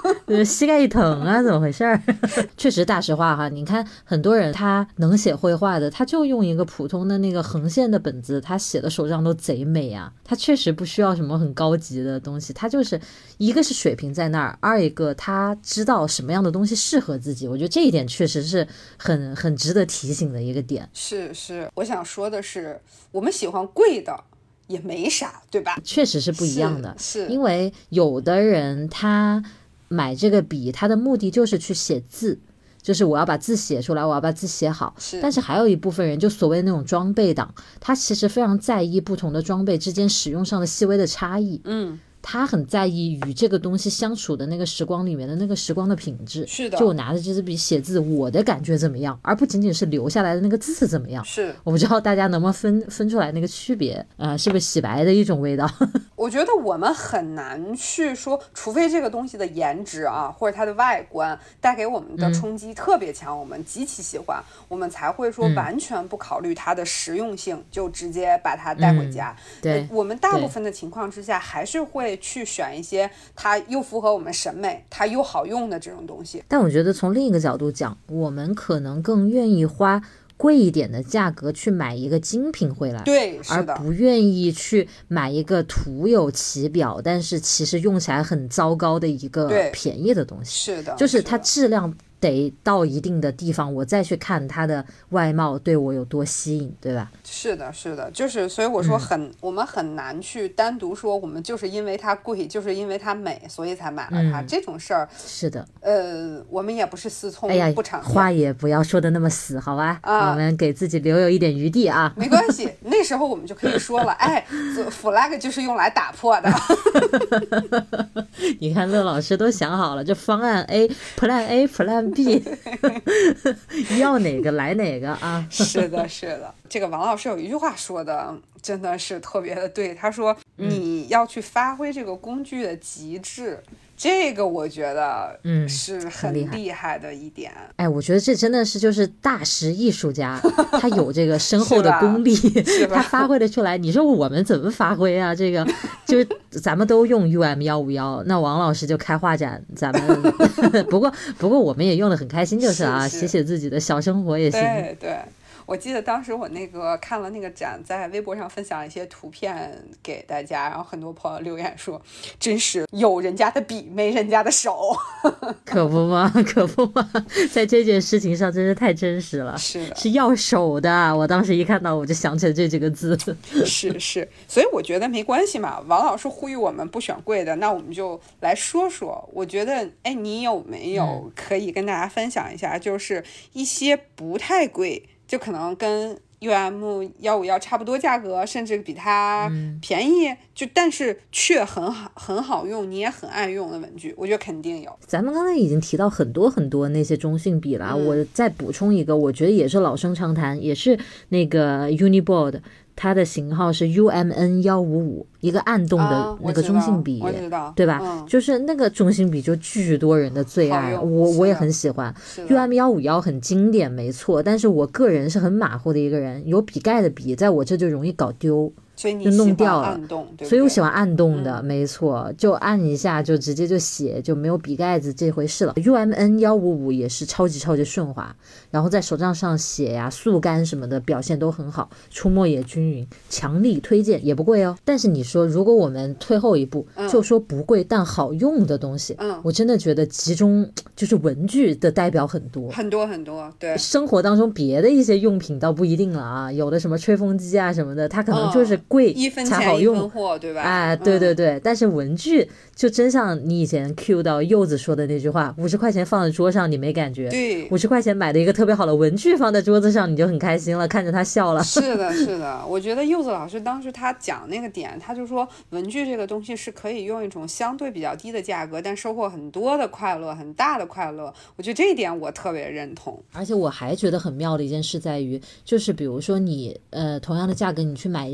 膝盖一疼啊，怎么回事儿？确实，大实话哈，你看很多人他能写绘画的，他就用一个普通的那个横线的本子，他写的手账都贼美啊。他确实不需要什么很高级的东西，他就是一个是水平在那儿，二一个他知道什么样的东西适合自己。我觉得这一点确实是很值得提醒的一个点。 是，我想说的是，我们喜欢贵的也没啥，对吧？ 确实是不一样的， 是因为有的人他买这个笔，他的目的就是去写字，就是我要把字写出来，我要把字写好。但是还有一部分人就所谓那种装备党，他其实非常在意不同的装备之间使用上的细微的差异。他很在意与这个东西相处的那个时光里面的那个时光的品质。 是的， 就我拿着这支笔写字，我的感觉怎么样，而不仅仅是留下来的那个字怎么样。 是， 我不知道大家能不能分出来那个区别，是不是洗白的一种味道？ 我觉得我们很难去说，除非这个东西的颜值啊，或者它的外观带给我们的冲击特别强，我们极其喜欢，我们才会说完全不考虑它的实用性，就直接把它带回家。 对， 我们大部分的情况之下，还是会去选一些它又符合我们审美，它又好用的这种东西。 但我觉得从另一个角度讲，我们可能更愿意花贵一点的价格去买一个精品回来， 对，是的， 而不愿意去买一个徒有其表，但是其实用起来很糟糕的一个便宜的东西。 是的， 就是它质量得到一定的地方，我再去看它的外貌对我有多吸引，对吧？ 是的，就是所以我说我们很难去单独说我们就是因为它贵，就是因为它美，所以才买了它，这种事儿。 是的， 我们也不是私聪不常见。 话也不要说的那么死，好吧？我们给自己留有一点余地啊。 没关系，那时候我们就可以说了，flag 就是用来打破的。 你看乐老师都想好了，这方案 A、Plan A、Plan B 要哪个来哪个啊。 是的，这个王老师有一句话说的真的是特别的对，他说你要去发挥这个工具的极致，这个我觉得是很厉害的一点。 我觉得这真的是就是大师艺术家，他有这个深厚的功力他发挥得出来。你说我们怎么发挥啊？这个就是咱们都用 UM151，那王老师就开画展，咱们不过我们也用得很开心，就是啊，写写自己的小生活也行。 对，我记得当时我看了那个展，在微博上分享一些图片给大家，然后很多朋友留言说，真是有人家的笔没人家的手。 可不吗？在这件事情上真是太真实了。是要手的，我当时一看到我就想起了这几个字。 是，所以我觉得没关系嘛。王老师呼吁我们不选贵的，那我们就来说说。我觉得你有没有可以跟大家分享一下，就是一些不太贵，就可能跟 UM151差不多价格，甚至比它便宜，但是却很好用，你也很爱用的文具，我觉得肯定有。 咱们刚才已经提到很多那些中性笔了，我再补充一个，我觉得也是老生常谈，也是那个 Uniboard， 它的型号是 UMN155， 一个暗动的那个中性笔， 我知道， 对吧？就是那个中性笔就巨多人的最爱，我也很喜欢。UM151很经典没错，但是我个人是很马虎的一个人，有笔盖的笔在我这就容易搞丢， 所以你就弄掉了， 对不对？ 所以我喜欢暗动的，没错，就按一下就直接就写，就没有笔盖子这回事了。UMN155也是超级顺滑，然后在手账上写呀、速干什么的表现都很好，出墨也均匀，强力推荐，也不贵哦。但是你说如果我们退后一步，就说不贵但好用的东西，我真的觉得集中就是文具的代表很多，对。生活当中别的一些用品倒不一定了啊，有的什么吹风机啊什么的，它可能就是贵才好用， 一分货，对吧？ 对，但是文具就真像你以前 cue 到柚子说的那句话，50块钱放在桌上你没感觉， 对 ，50块钱买的一个特别好的文具放在桌子上你就很开心了，看着他笑了。 是的，我觉得柚子老师当时他讲那个点，他就说文具这个东西是可以用一种相对比较低的价格，但收获很多的快乐，很大的快乐。我觉得这一点我特别认同。 而且我还觉得很妙的一件事在于，就是比如说你同样的价格你去买一些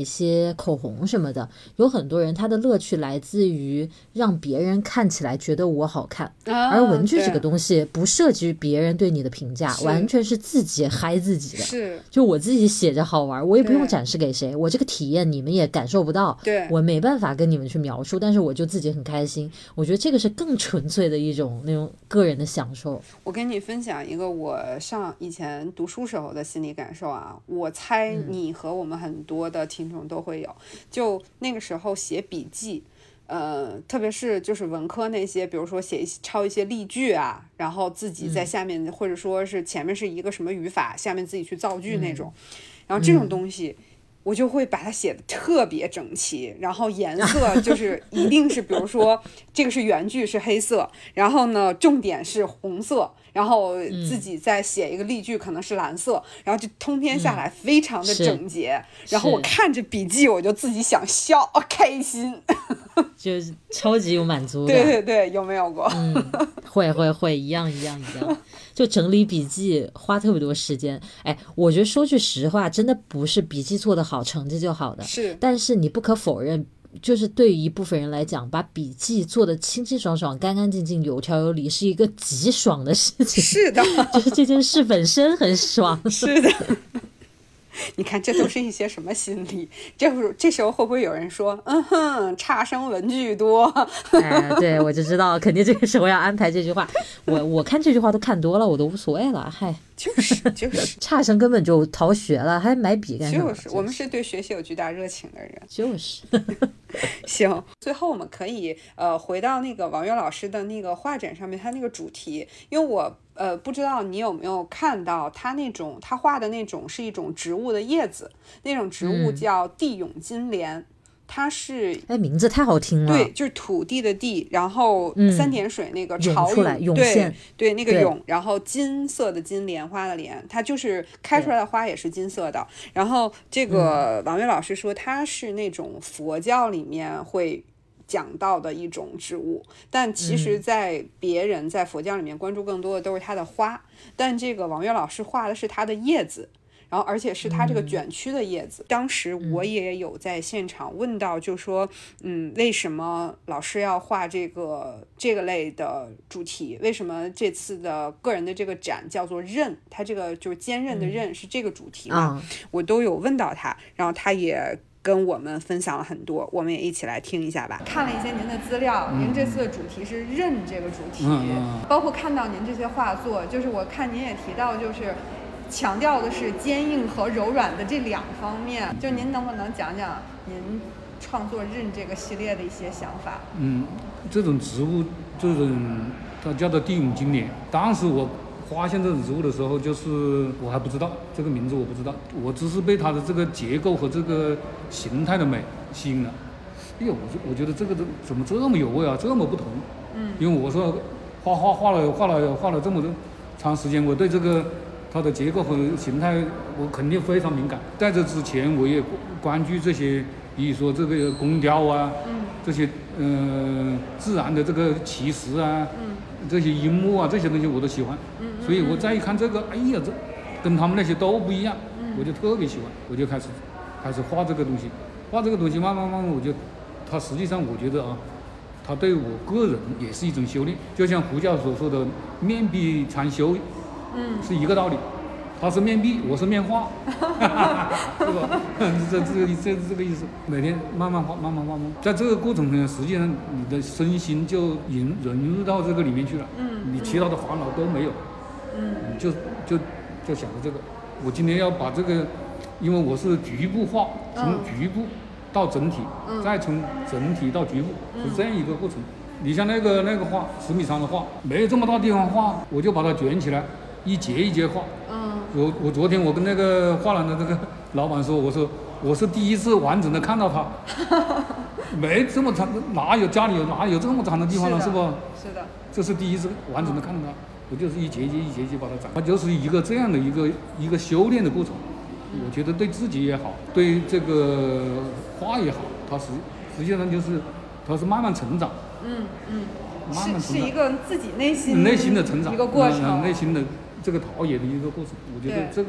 些口红什么的，有很多人他的乐趣来自于让别人看起来觉得我好看，而文具这个东西不涉及别人对你的评价，完全是自己嗨自己的， 是就我自己写着好玩，我也不用展示给谁，我这个体验你们也感受不到， 对， 我没办法跟你们去描述，但是我就自己很开心，我觉得这个是更纯粹的一种那种个人的享受。 我跟你分享一个我上以前读书时候的心理感受啊，我猜你和我们很多的听众都会有，就那个时候写笔记，特别是就是文科那些，比如说抄一些例句啊，然后自己在下面，或者说是前面是一个什么语法，下面自己去造句那种，然后这种东西。我就会把它写的特别整齐，然后颜色就是一定是，比如说这个是原句是黑色，然后呢重点是红色，然后自己再写一个例句可能是蓝色，然后就通篇下来非常的整洁，然后我看着笔记我就自己想笑，开心， 就是超级有满足感。 对对对，有没有过？ 会一样。就整理笔记花特别多时间，哎，我觉得说句实话，真的不是笔记做得好成绩就好的， 是， 但是你不可否认，就是对于一部分人来讲，把笔记做得清清爽爽、干干净净、有条有理，是一个极爽的事情。 是的， 就是这件事本身很爽。 是的。你看，这都是一些什么心理？这时候会不会有人说，差生文具多？ 对，我就知道，肯定这个时候要安排这句话。我看这句话都看多了，我都无所谓了。嗨， 就是差生根本就逃学了，还买笔干什么？ 就是我们是对学习有巨大热情的人。 就是。 行，最后我们可以回到那个王悦老师的那个画展上面，他那个主题，因为我不知道你有没有看到他画的那种是一种植物的叶子，那种植物叫地涌金莲。它是名字太好听了， 对，就是土地的地，然后三点水那个潮涌出来，涌现， 对那个涌，然后金色的金，莲花的莲，它就是开出来的花也是金色的。然后这个王悦老师说，它是那种佛教里面会讲到的一种植物，但其实在别人在佛教里面关注更多的都是它的花，但这个王悦老师画的是它的叶子。然后而且是它这个卷曲的叶子，当时我也有在现场问到，就说为什么老师要画这个类的主题，为什么这次的个人的这个展叫做刃，它这个就是坚韧的刃是这个主题嘛，我都有问到他，然后他也跟我们分享了很多，我们也一起来听一下吧。看了一些您的资料，您这次的主题是刃这个主题，包括看到您这些画作，就是我看您也提到，就是强调的是坚硬和柔软的这两方面，就您能不能讲讲您创作刃这个系列的一些想法？ 这种植物，这种它叫做地涌金莲。当时我发现这种植物的时候，就是我还不知道这个名字，我不知道，我只是被它的这个结构和这个形态的美吸引了。哎呦，我觉得这个怎么这么有味啊，这么不同。因为我说画了这么长时间，我对这个它的结构和形态我肯定非常敏感。在这之前我也关注这些，比如说这个宫雕啊，这些自然的这个奇石啊，这些樱木啊，这些东西我都喜欢。所以我再一看这个，哎呀，这跟他们那些都不一样，我就特别喜欢，我就开始画这个东西。画这个东西慢慢我就，它实际上我觉得啊，它对我个人也是一种修炼，就像胡教所说的面壁禅修，是一个道理。他是面壁，我是面画，是吧？这个意思。每天慢慢画，在这个过程中，实际上你的身心就融入到这个里面去了。你其他的烦恼都没有。你就想着这个。我今天要把这个，因为我是局部画，从局部到整体，再从整体到局部，是这样一个过程。你像那个画10米长的画，没有这么大地方画，我就把它卷起来，一节一节画。我昨天我跟那个画廊的这个老板说，我说我是第一次完整的看到它，没这么长，家里哪有这么长的地方了，是不？ 是的， 这是第一次完整的看到它，我就是一节一节把它展，它就是一个这样的一个修炼的过程。我觉得对自己也好，对这个画也好，它实际上就是它是慢慢成长。慢慢成长是一个自己内心的成长， 一个过程， 内心的这个陶冶的一个过程。我觉得这个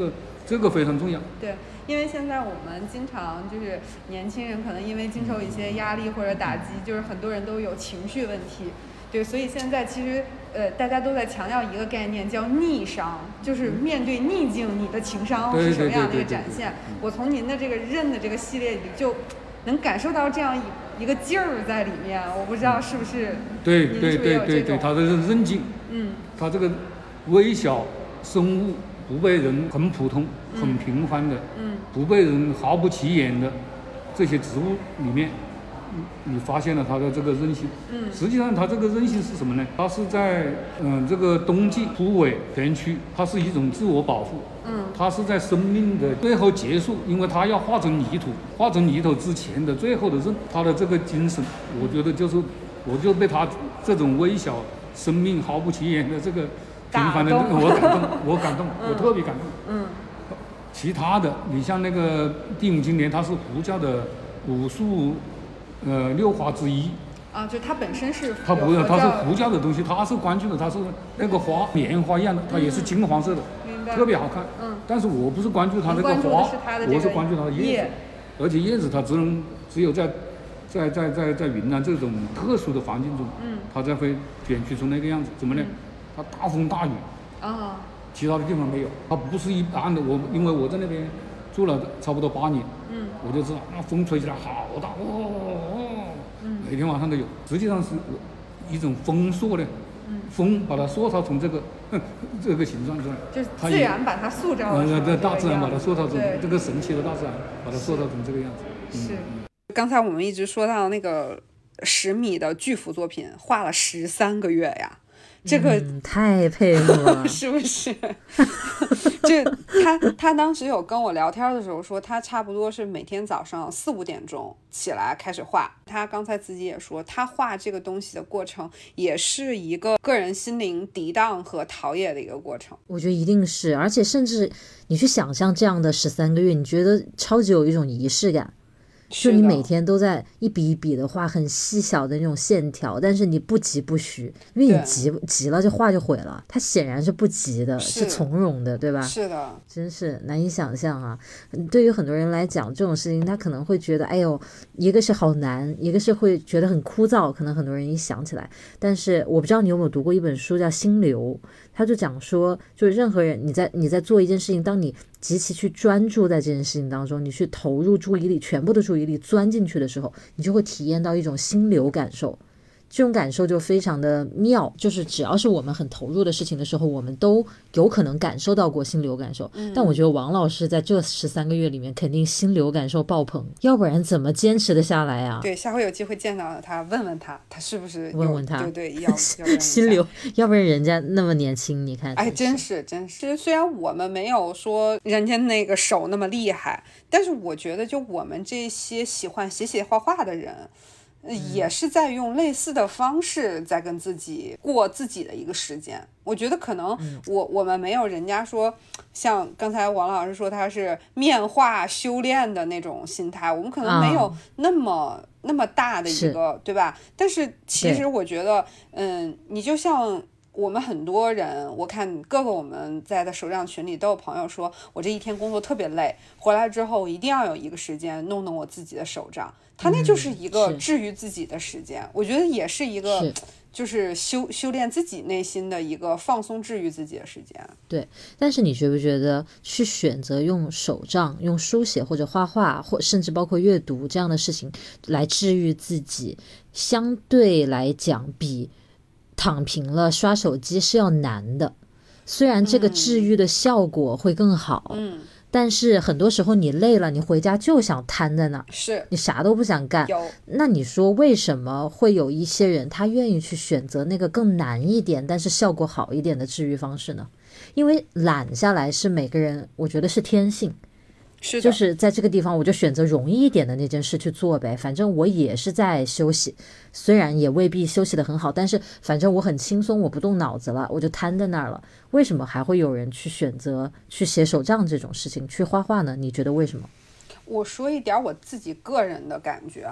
这个非常重要。 对，因为现在我们经常就是年轻人可能因为经受一些压力或者打击，就是很多人都有情绪问题。对，所以现在其实大家都在强调一个概念叫逆商，就是面对逆境你的情商是什么样的一个展现。我从您的这个刃的这个系列里就能感受到这样一个劲儿在里面，我不知道是不是对，他的韧劲，他这个微小生物不被人很普通、很平凡的，不被人毫不起眼的这些植物里面，你发现了它的这个韧性。实际上它这个韧性是什么呢？它是在这个冬季枯萎田区，它是一种自我保护。它是在生命的最后结束，因为它要化成泥土，化成泥土之前的最后的韧，它的这个精神，我觉得就是我就被它这种微小生命毫不起眼的这个平凡的我感动，我特别感动。其他的你像那个第五金莲，它是胡椒的武术六花之一啊，就它本身是它不是，它是胡椒的东西，它是关注的，它是那个花棉花一样的，它也是金黄色的，特别好看。但是我不是关注它那个花，我是关注它的叶子，而且叶子它只有在云南这种特殊的环境中，它才会卷曲出那个样子。怎么呢？它大风大雨啊，其他的地方没有，它不是一般的。因为我在那边住了差不多8年，我就知道那风吹起来好大每天晚上都有。实际上是一种风塑的，风把它塑造成这个形状出来， 就是自然把它塑造成大自然把它塑造成这个神奇的大自然把它塑造成这个样子。 是。刚才我们一直说到那个10米的巨幅作品，画了13个月呀。这个太佩服了， 是不是？就他当时有跟我聊天的时候说，他差不多是每天早上4、5点钟起来开始画。他刚才自己也说，他画这个东西的过程也是一个个人心灵涤荡和陶冶的一个过程。 我觉得一定是，而且甚至你去想象这样的13个月，你觉得超级有一种仪式感。就你每天都在一笔一笔的画很细小的那种线条，但是你不急不徐，因为你急了这画就毁了。它显然是不急的，是从容的，对吧？ 是的， 真是难以想象啊！对于很多人来讲，这种事情他可能会觉得，哎呦，一个是好难，一个是会觉得很枯燥。可能很多人一想起来，但是我不知道你有没有读过一本书叫《心流》，他就讲说，就是任何人你在做一件事情，当你极其去专注在这件事情当中，你去投入注意力，全部的注意力钻进去的时候，你就会体验到一种心流感受。这种感受就非常的妙，就是只要是我们很投入的事情的时候，我们都有可能感受到过心流感受。但我觉得王老师在这13个月里面肯定心流感受爆棚，要不然怎么坚持得下来啊？ 对，下回有机会见到他，问问他是不是问问他， 对要心流，要不然人家那么年轻，你看， 哎，真是。虽然我们没有说人家那个手那么厉害，但是我觉得就我们这些喜欢写画画的人。也是在用类似的方式在跟自己过自己的一个时间。我觉得可能我们没有人家说像刚才王老师说他是面画修炼的那种心态，我们可能没有那么大的一个对吧？但是其实我觉得你就像我们很多人，我看各个我们在的手账群里都有朋友说，我这一天工作特别累，回来之后我一定要有一个时间弄我自己的手账，他那就是一个治愈自己的时间。我觉得也是一个就是修炼自己内心的一个放松治愈自己的时间。 对，但是你觉不觉得去选择用手账、用书写或者画画，或甚至包括阅读这样的事情来治愈自己，相对来讲比躺平了刷手机是要难的。虽然这个治愈的效果会更好，但是很多时候你累了，你回家就想瘫在那儿， 是你啥都不想干。那你说为什么会有一些人他愿意去选择那个更难一点但是效果好一点的治愈方式呢？因为懒下来是每个人，我觉得是天性，就是在这个地方我就选择容易一点的那件事去做呗，反正我也是在休息，虽然也未必休息得很好，但是反正我很轻松，我不动脑子了，我就瘫在那儿了。为什么还会有人去选择去写手账这种事情，去画画呢？你觉得为什么？ 我说一点我自己个人的感觉啊，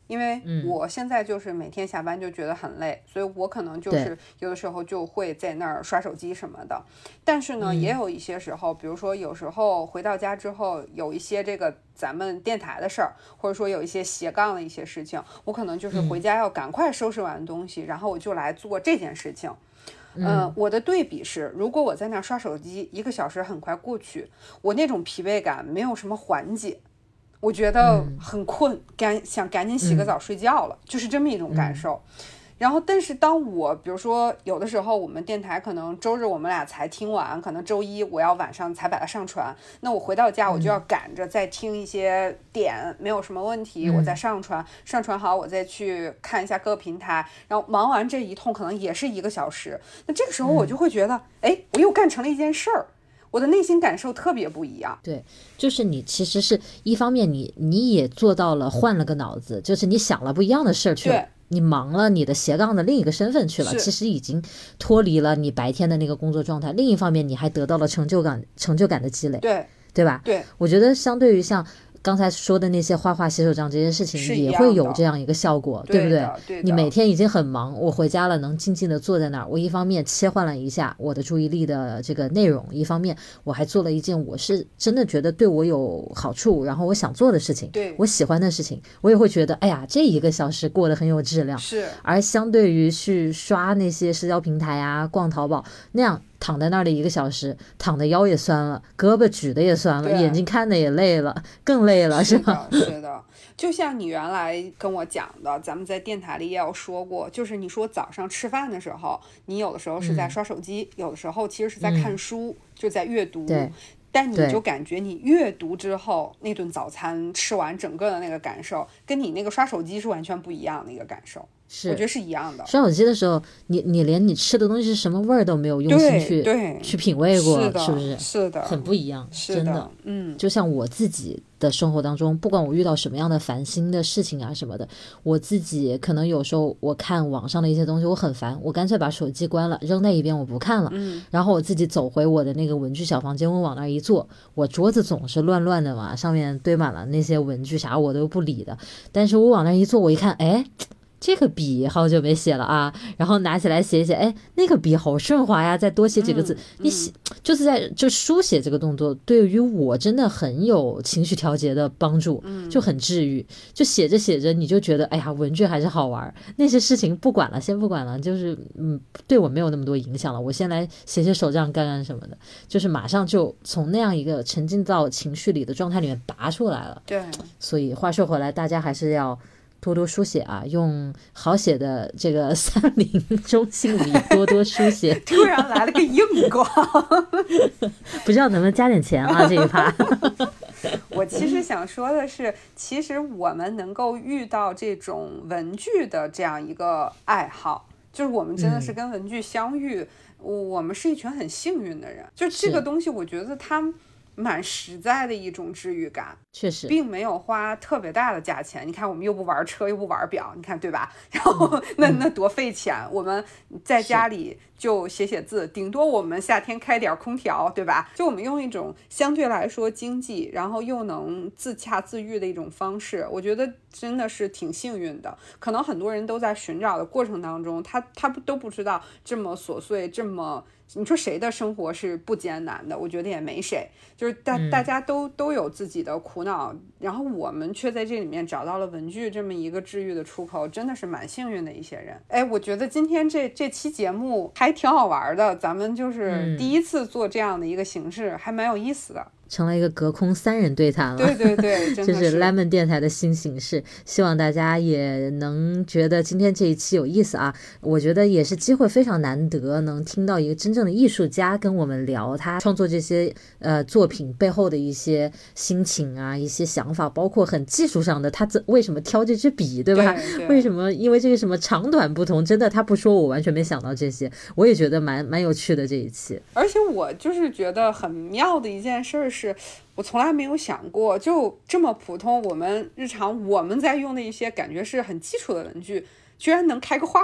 因为我现在就是每天下班就觉得很累，所以我可能就是有的时候就会在那儿刷手机什么的。但是呢，也有一些时候，比如说有时候回到家之后，有一些这个咱们电台的事儿，或者说有一些斜杠的一些事情，我可能就是回家要赶快收拾完东西，然后我就来做这件事情。我的对比是，如果我在那儿刷手机1个小时很快过去，我那种疲惫感没有什么缓解，我觉得很困，想赶紧洗个澡睡觉了，就是这么一种感受。然后但是当我比如说有的时候我们电台可能周日我们俩才听完，可能周一我要晚上才把它上传，那我回到家我就要赶着再听一些点，没有什么问题我再上传好，我再去看一下各个平台，然后忙完这一通可能也是1个小时。那这个时候我就会觉得我又干成了一件事儿，我的内心感受特别不一样。 对，就是你其实是一方面你也做到了换了个脑子，就是你想了不一样的事儿去了，你忙了你的斜杠的另一个身份去了，其实已经脱离了你白天的那个工作状态。另一方面你还得到了成就感的积累，对吧？ 对， 我觉得相对于像刚才说的那些画写手账这件事情也会有这样一个效果，对不对？你每天已经很忙，我回家了能静静的坐在那儿，我一方面切换了一下我的注意力的这个内容，一方面我还做了一件我是真的觉得对我有好处，然后我想做的事情，我喜欢的事情，我也会觉得哎呀这1个小时过得很有质量。 是， 而相对于去刷那些社交平台啊，逛淘宝那样躺在那儿的1个小时，躺的腰也酸了，胳膊举的也酸了，眼睛看的也累了，更累了，是吧？ 是的，就像你原来跟我讲的，咱们在电台里也有说过，就是你说早上吃饭的时候，你有的时候是在刷手机，有的时候其实是在看书，就在阅读。 对。 但你就感觉你阅读之后那顿早餐吃完整个的那个感受，跟你那个刷手机是完全不一样的一个感受。 是， 我觉得是一样的。 刷手机的时候，你连你吃的东西是什么味儿都没有用心去品味过，是不是？ 是的， 很不一样，真的。 就像我自己的生活当中，不管我遇到什么样的烦心的事情啊什么的，我自己可能有时候我看网上的一些东西我很烦，我干脆把手机关了，扔在一边，我不看了。然后我自己走回我的那个文具小房间，我往那儿一坐，我桌子总是乱乱的嘛，上面堆满了那些文具啥我都不理的，但是我往那儿一坐，我一看，这个笔好久没写了啊，然后拿起来写一写，那个笔好顺滑呀，再多写几个字，你写就书写这个动作对于我真的很有情绪调节的帮助，就很治愈。就写着写着你就觉得哎呀文具还是好玩，那些事情不管了，先不管了，就是对我没有那么多影响了，我先来写手账干什么的，就是马上就从那样一个沉浸到情绪里的状态里面拔出来了。 对， 所以话说回来，大家还是要多多书写啊，用好写的这个30中性笔多多书写。 突然来了个硬广， 不知道能不能加点钱啊这一趴。 我其实想说的是，其实我们能够遇到这种文具的这样一个爱好，就是我们真的是跟文具相遇，我们是一群很幸运的人。就这个东西，我觉得它蛮实在的一种治愈感， 确实并没有花特别大的价钱。你看我们又不玩车又不玩表，你看对吧？然后那多费钱，我们在家里就写字，顶多我们夏天开点空调，对吧？就我们用一种相对来说经济然后又能自洽自愈的一种方式，我觉得真的是挺幸运的。可能很多人都在寻找的过程当中，他都不知道这么琐碎，这么你说谁的生活是不艰难的？我觉得也没谁，就是大家都有自己的苦恼，然后我们却在这里面找到了文具这么一个治愈的出口，真的是蛮幸运的一些人。我觉得今天这期节目还挺好玩的，咱们就是第一次做这样的一个形式，还蛮有意思的。 成了一个隔空3人对谈了， 对对对， 这是 Lemon 电台的新形式，希望大家也能觉得今天这一期有意思啊。我觉得也是机会非常难得，能听到一个真正的艺术家跟我们聊他创作这些作品背后的一些心情啊，一些想法，包括很技术上的他为什么挑这支笔，对吧？ 对， 为什么因为这个什么长短不同，真的他不说我完全没想到这些，我也觉得蛮有趣的这一期。 而且我就是觉得很妙的一件事是，我从来没有想过，就这么普通，我们日常我们在用的一些感觉是很基础的文具，居然能开个画展。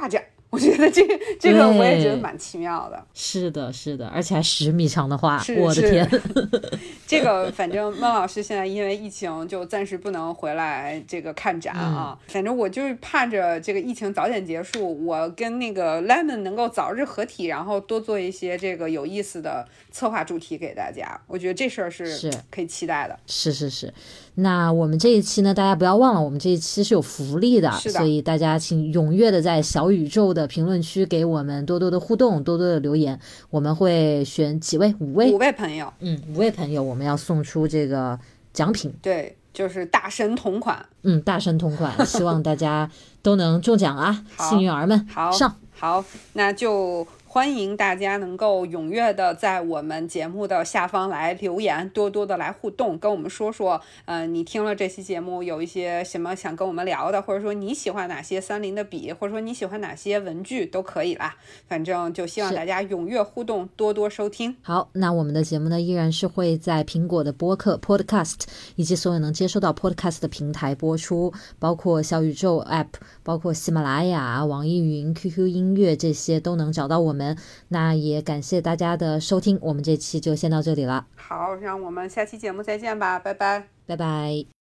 我觉得这个我也觉得蛮奇妙的。 是的，是的，而且还10米长的花， 是我的天！ 这个反正孟老师现在因为疫情就暂时不能回来这个看展啊。反正我就是盼着这个疫情早点结束，我跟那个 Lemon 能够早日合体，然后多做一些这个有意思的策划主题给大家。我觉得这事儿是可以期待的。 是。那我们这一期呢，大家不要忘了，我们这一期是有福利的，所以大家请踊跃的在小宇宙的评论区给我们多多的互动，多多的留言，我们会选几位5位朋友 ，5位朋友我们要送出这个奖品， 对，就是大神同款， 大神同款，希望大家都能中奖啊，幸运儿们好，那就欢迎大家能够踊跃的在我们节目的下方来留言，多多的来互动，跟我们说说你听了这期节目有一些什么想跟我们聊的，或者说你喜欢哪些30的笔，或者说你喜欢哪些文具都可以啦，反正就希望大家踊跃互动，多多收听。 好，那我们的节目呢依然是会在苹果的播客 Podcast 以及所有能接收到 Podcast 的平台播出，包括小宇宙 App， 包括喜马拉雅、网易云、QQ 音乐，这些都能找到我们。那也感谢大家的收听，我们这期就先到这里了。 好，让我们下期节目再见吧，拜拜。